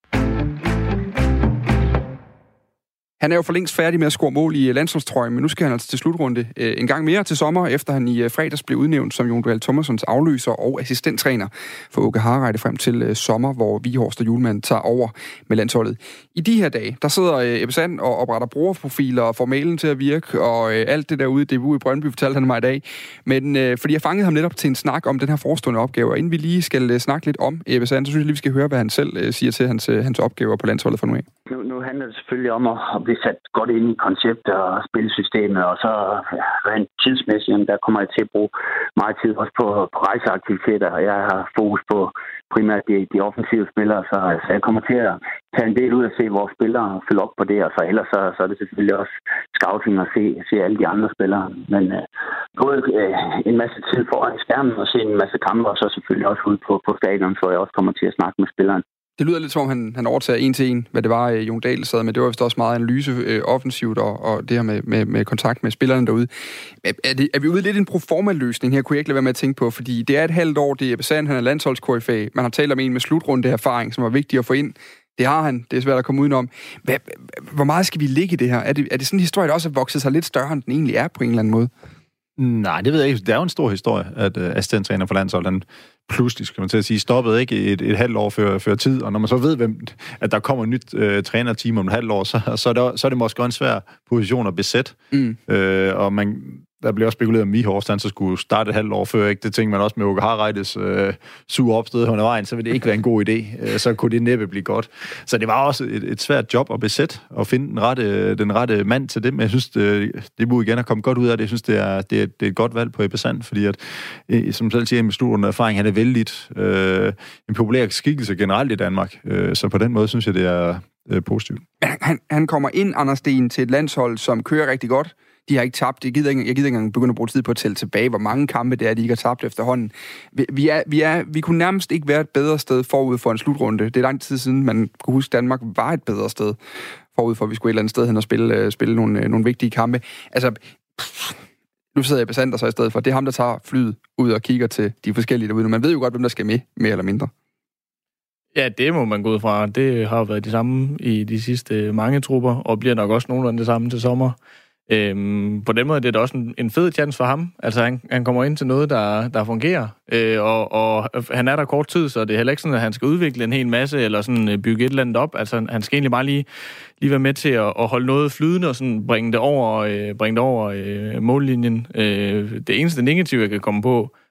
Han er jo for længst færdig med at score mål i landsholdstrøjen, men nu skal han altså til slutrunde en gang mere til sommer, efter han i fredags blev udnævnt som Jon Dahl Tomassons afløser og assistenttræner for Åke Hareide frem til sommer, hvor Vihorst og Hjulmand tager over med landsholdet. I de her dage, der sidder Ebbe Sand og opretter brugerprofiler og får mailen til at virke, og alt det derude, DBU i Brøndby, fortalte han mig i dag. Men fordi jeg fangede ham netop til en snak om den her forestående opgave, og inden vi lige skal snakke lidt om Ebbe Sand, så synes jeg lige, vi skal høre, hvad han selv siger til hans opgaver på landsholdet for nu af. Nu handler det selvfølgelig om at blive sat godt ind i konceptet og spillesystemet, og så rent tidsmæssigt, der kommer jeg til at bruge meget tid også på rejseaktiviteter, og jeg har fokus på primært de offensive spillere, så jeg kommer til at tage en del ud og se vores spillere og følge op på det, og så ellers så er det selvfølgelig også scouting og se alle de andre spillere. Men både en masse tid foran skærmen og se en masse kampe, og så selvfølgelig også ud på stadion, så jeg også kommer til at snakke med spilleren. Det lyder lidt som om, han overtager en til en, hvad det var, Jon Dahl sad med. Det var vist også meget analyse offensivt, og det her med kontakt med spillerne derude. Er vi ude lidt i en proforma-løsning her, kunne jeg ikke lade være med at tænke på, fordi det er et halvt år, det er Ebbe Sand, han er landsholds-KFA. Man har talt om en med slutrunde-erfaring, som er vigtig at få ind. Det har han, det er svært at komme udenom. Hvor meget skal vi ligge i det her? Er det sådan en historie, der også har vokset sig lidt større, end den egentlig er på en eller anden måde? Nej, det ved jeg ikke. Det er jo en stor historie, at assistenttræner for landsholdet, pludselig, skal man til at sige, stoppede ikke et halvt år før tid, og når man så ved, at der kommer et nyt trænerteam om et halvt år, så er det måske en svær position at besætte. Og der bliver også spekuleret om Vihorst, han så skulle starte et halvt år før, ikke? Det tænker man også med Åke Hareides sure opstød under vejen, så vil det ikke være en god idé. Så kunne det næppe blive godt. Så det var også et svært job at besætte, og finde den rette mand til det, men jeg synes, det må igen have kommet godt ud af det. Jeg synes, det er et godt valg på Ebbe Sand, fordi at, som selv siger, med slutrunde erfaring, han er vældigt en populær skikkelse generelt i Danmark. Så på den måde synes jeg, det er positivt. Han kommer ind, Anders Sten, til et landshold, som kører rigtig godt. De har ikke tabt. Jeg gider ikke engang begynde at bruge tid på at tælle tilbage, hvor mange kampe det er, de ikke har tabt efterhånden. Vi kunne nærmest ikke være et bedre sted forud for en slutrunde. Det er lang tid siden, man kunne huske, Danmark var et bedre sted forud for, at vi skulle et eller andet sted hen og spille nogle vigtige kampe. Altså, nu sidder Ebbe Sand så i stedet for. Det er ham, der tager flyet ud og kigger til de forskellige derude. Man ved jo godt, hvem der skal med, mere eller mindre. Ja, det må man gå ud fra. Det har været det samme i de sidste mange trupper, og bliver nok også nogenlunde det samme til sommer. På den måde det er det også en fed chance for ham. Altså han kommer ind til noget, der fungerer, og han er der kort tid, så det er heller ikke sådan, at han skal udvikle en hel masse, eller sådan bygge et eller andet op. Altså han skal egentlig bare lige være med til at holde noget flydende, og sådan bringe det over mållinjen. Det eneste negative, jeg kan komme på,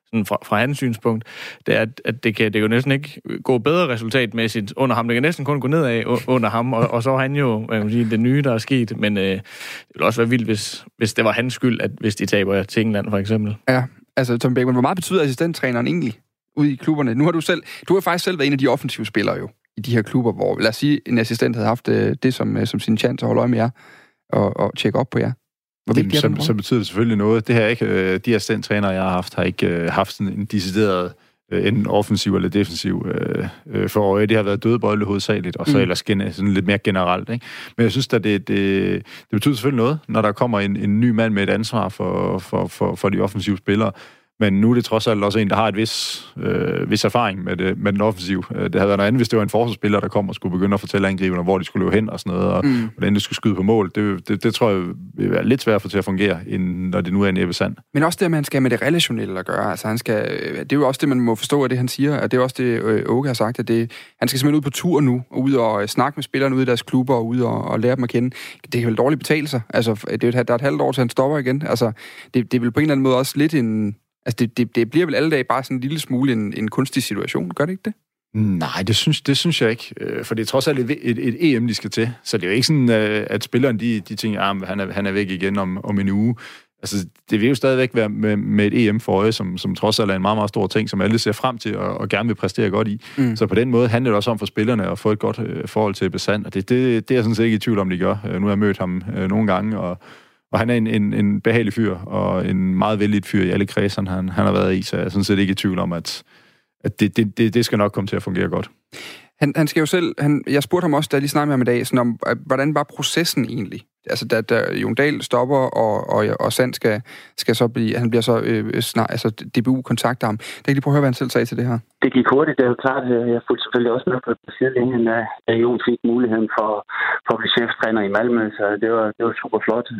sådan fra hans synspunkt, det er, at det kan jo næsten ikke gå bedre resultatmæssigt under ham. Det kan næsten kun gå nedad under ham, og så er han jo det nye, der er sket. Men det ville også være vildt, hvis det var hans skyld, at hvis de taber til England, for eksempel. Ja, altså Tom Beckmann, hvor meget betyder assistenttræneren egentlig ude i klubberne? Nu har du har faktisk selv været en af de offensive spillere jo, i de her klubber, hvor, lad os sige, en assistent havde haft det som sin chance at holde øje med jer og tjekke op på jer. Så betyder det selvfølgelig noget. Det her ikke, de assistenttrænere, jeg har haft, har ikke haft sådan en decideret enten offensiv eller defensiv for øje. Det har været dødbolde hovedsageligt, og så ellers sådan lidt mere generelt. Ikke? Men jeg synes, at det betyder selvfølgelig noget, når der kommer en ny mand med et ansvar for de offensive spillere. Men nu er det trods alt også en, der har et vis erfaring med den offensiv. Det havde været noget andet, hvis det var en forsvarsspiller, der kom og skulle begynde at fortælle angriberne, hvor de skulle løbe hen og sådan noget, og hvordan de skulle skyde på mål. Det tror jeg vil være lidt svært at få til at fungere, end når det nu er en Ebbe Sand. Men også det, at man skal med det relationelle at gøre. Altså, det er jo også det, man må forstå af det, han siger, og det er også det, Åke har sagt, at han skal simpelthen ud på tur nu, og ud og snakke med spillerne ude i deres klubber, og ud og lære dem at kende. Det kan vel dårligt betale sig. Altså, der er et halvt år til, han stopper igen. Altså, det er vel på en eller anden måde også lidt en... Altså, det bliver vel alle dage bare sådan en lille smule en kunstig situation, gør det ikke det? Nej, det synes jeg ikke. For det er trods alt et EM, de skal til. Så det er jo ikke sådan, at spilleren, de tænker, at han er væk igen om en uge. Altså, det vil jo stadigvæk være med et EM for øje, som trods alt er en meget, meget stor ting, som alle ser frem til og gerne vil præstere godt i. Så på den måde handler det også om for spillerne at få et godt forhold til Ebbe Sand. Og det er jeg sådan set ikke i tvivl om, de gør. Nu har jeg mødt ham nogle gange, og han er en behagelig fyr, og en meget vældig fyr i alle kredserne, han har været i, så jeg er sådan set ikke i tvivl om, at det skal nok komme til at fungere godt. Han skal jo selv... Jeg spurgte ham også, da jeg lige snakkede med ham i dag, sådan om, hvordan var processen egentlig? Altså, da Jon Dahl stopper, og Sand skal så blive... Han bliver så snart... Altså, DBU kontakter ham. Der kan lige prøve at høre, hvad han selv sagde til det her. Det gik hurtigt, det er jo klart. Jeg fulgte selvfølgelig også med på sidelinjen, da Jon fik muligheden for at blive cheftræner i Malmø, så det var super flot.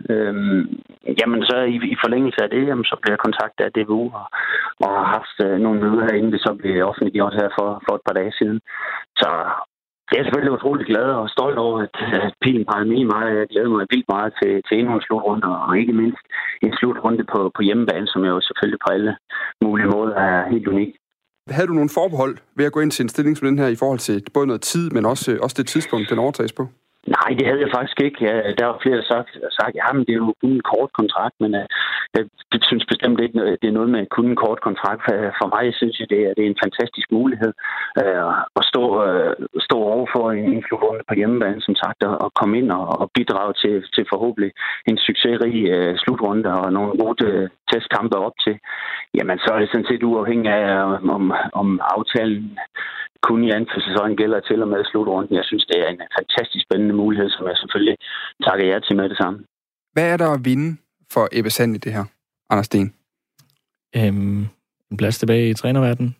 Jamen, så i forlængelse af det, så blev jeg kontaktet af DBU, og har haft nogle møder herinde, det så blev offentliggjort her for et par dage siden. Så jeg er selvfølgelig utrolig glad og stolt over, at pilen pegede med mig. Jeg glæder mig vildt meget til endnu en slutrunde, og ikke mindst en slutrunde på hjemmebane, som jo selvfølgelig på alle mulige måder er helt unik. Havde du nogle forbehold ved at gå ind til en stilling som den her i forhold til både noget tid, men også det tidspunkt, den overtages på? Nej, det havde jeg faktisk ikke. Der var flere, der sagt, jamen det er jo kun en kort kontrakt, men jeg synes bestemt ikke, det er noget med kun en kort kontrakt. For mig synes jeg, det er en fantastisk mulighed at stå overfor en slutrunde på hjemmebane, som sagt, og komme ind og bidrage til forhåbentlig en succesrig slutrunde og nogle gode testkampe op til. Jamen, så er det sådan set uafhængig af, om aftalen kun i anden for sæsonen gælder til og med slutrunden. Jeg synes, det er en fantastisk spændende mulighed, som jeg selvfølgelig takker jer til med det samme. Hvad er der at vinde for Ebbe Sand i det her, Anders Sten? En plads tilbage i trænerverdenen.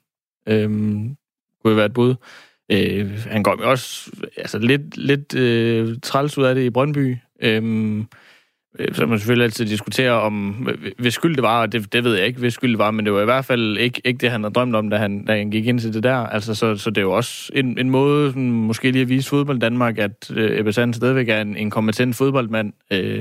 Kunne være et bud. Han går også lidt træls ud af det i Brøndby. Så man selvfølgelig altid diskutere om, hvis skyld det var, og det ved jeg ikke, hvis skyld det var, men det var i hvert fald ikke det, han havde drømt om, da han gik ind til det der. Altså, så det er jo også en måde, sådan, måske lige at vise fodbold Danmark, at Ebbe Sand stadigvæk er en kompetent fodboldmand,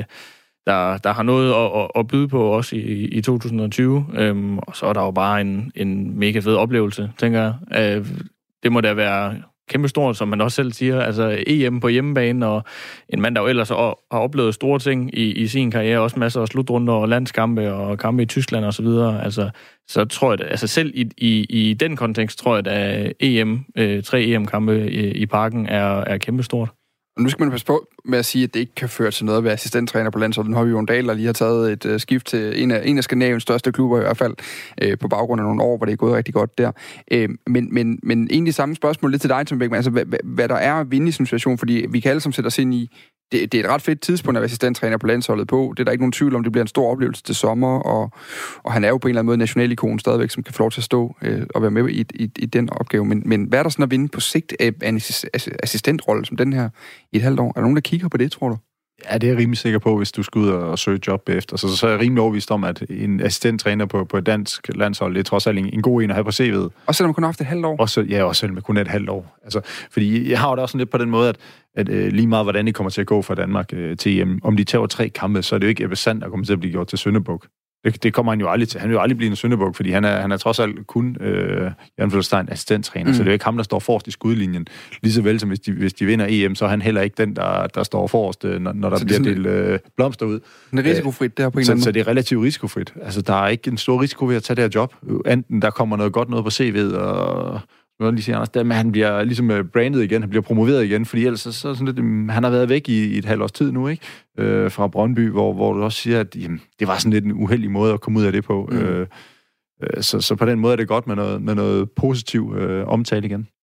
der har noget at byde på også i 2020. Og så er der jo bare en mega fed oplevelse, tænker jeg. Det må da være kæmpestort, som man også selv siger. Altså EM på hjemmebane, og en mand, der jo ellers har oplevet store ting i sin karriere, også masser af slutrunder og landskampe og kampe i Tyskland og så videre. Altså, så tror jeg, altså selv i den kontekst, tror jeg, at 3 EM-kampe i Parken er kæmpestort. Og nu skal man passe på med at sige, at det ikke kan føre til noget at være assistenttræner på landsholdet. Nu har vi Jon Dahl, der lige har taget et skift til en af Skandinaviens største klubber i hvert fald, på baggrund af nogle år, hvor det er gået rigtig godt der. Men egentlig samme spørgsmål lidt til dig, Tom Beckmann. Altså, hvad der er at vinde i sådan en situation, fordi vi kan alle sammen sætte os ind i, det er et ret fedt tidspunkt at være assistenttræner på landsholdet på. Det er der ikke nogen tvivl om, det bliver en stor oplevelse til sommer, og han er jo på en eller anden måde nationalikon stadigvæk, som kan få lov til at stå og være med i den opgave. Men hvad er der sådan at vinde på sigt af en assistentrolle som den her i et halvt år? Er der nogen, der kigger på det, tror du? Ja, det er jeg rimelig sikker på, hvis du skal ud og søge job bagefter. Så er jeg rimelig overbevist om, at en assistenttræner på et dansk landshold, det er trods alt en god en at have på CV'et. Og selvom man kun har haft et halvt år? Også selvom man kun er et halvt år. Altså, fordi jeg har jo da også sådan lidt på den måde, at lige meget, hvordan det kommer til at gå fra Danmark til EM. Om de tager 3 kampe, så er det jo ikke Ebbe Sand, der kommer til at blive gjort til syndebuk. Det kommer han jo aldrig til. Han vil jo aldrig blive en syndebuk, fordi han er trods alt kun Jan Fødelstein assistenttræner, så det er jo ikke ham, der står forrest i skudlinjen. Lige så vel som hvis de vinder EM, så er han heller ikke den, der står forrest, når der bliver delt blomster ud. Det er risikofrit, der på en eller anden. Så det er relativt risikofrit. Altså, der er ikke en stor risiko ved at tage det her job. Enten der kommer noget godt noget på CV'et, og lige siger Anders, men han bliver ligesom brandet igen, han bliver promoveret igen, fordi ellers så sådan lidt, han har været væk i et halvt års tid nu, ikke? Fra Brøndby, hvor du også siger, at jamen, det var sådan lidt en uheldig måde at komme ud af det på. Så på den måde er det godt med noget positiv omtale igen.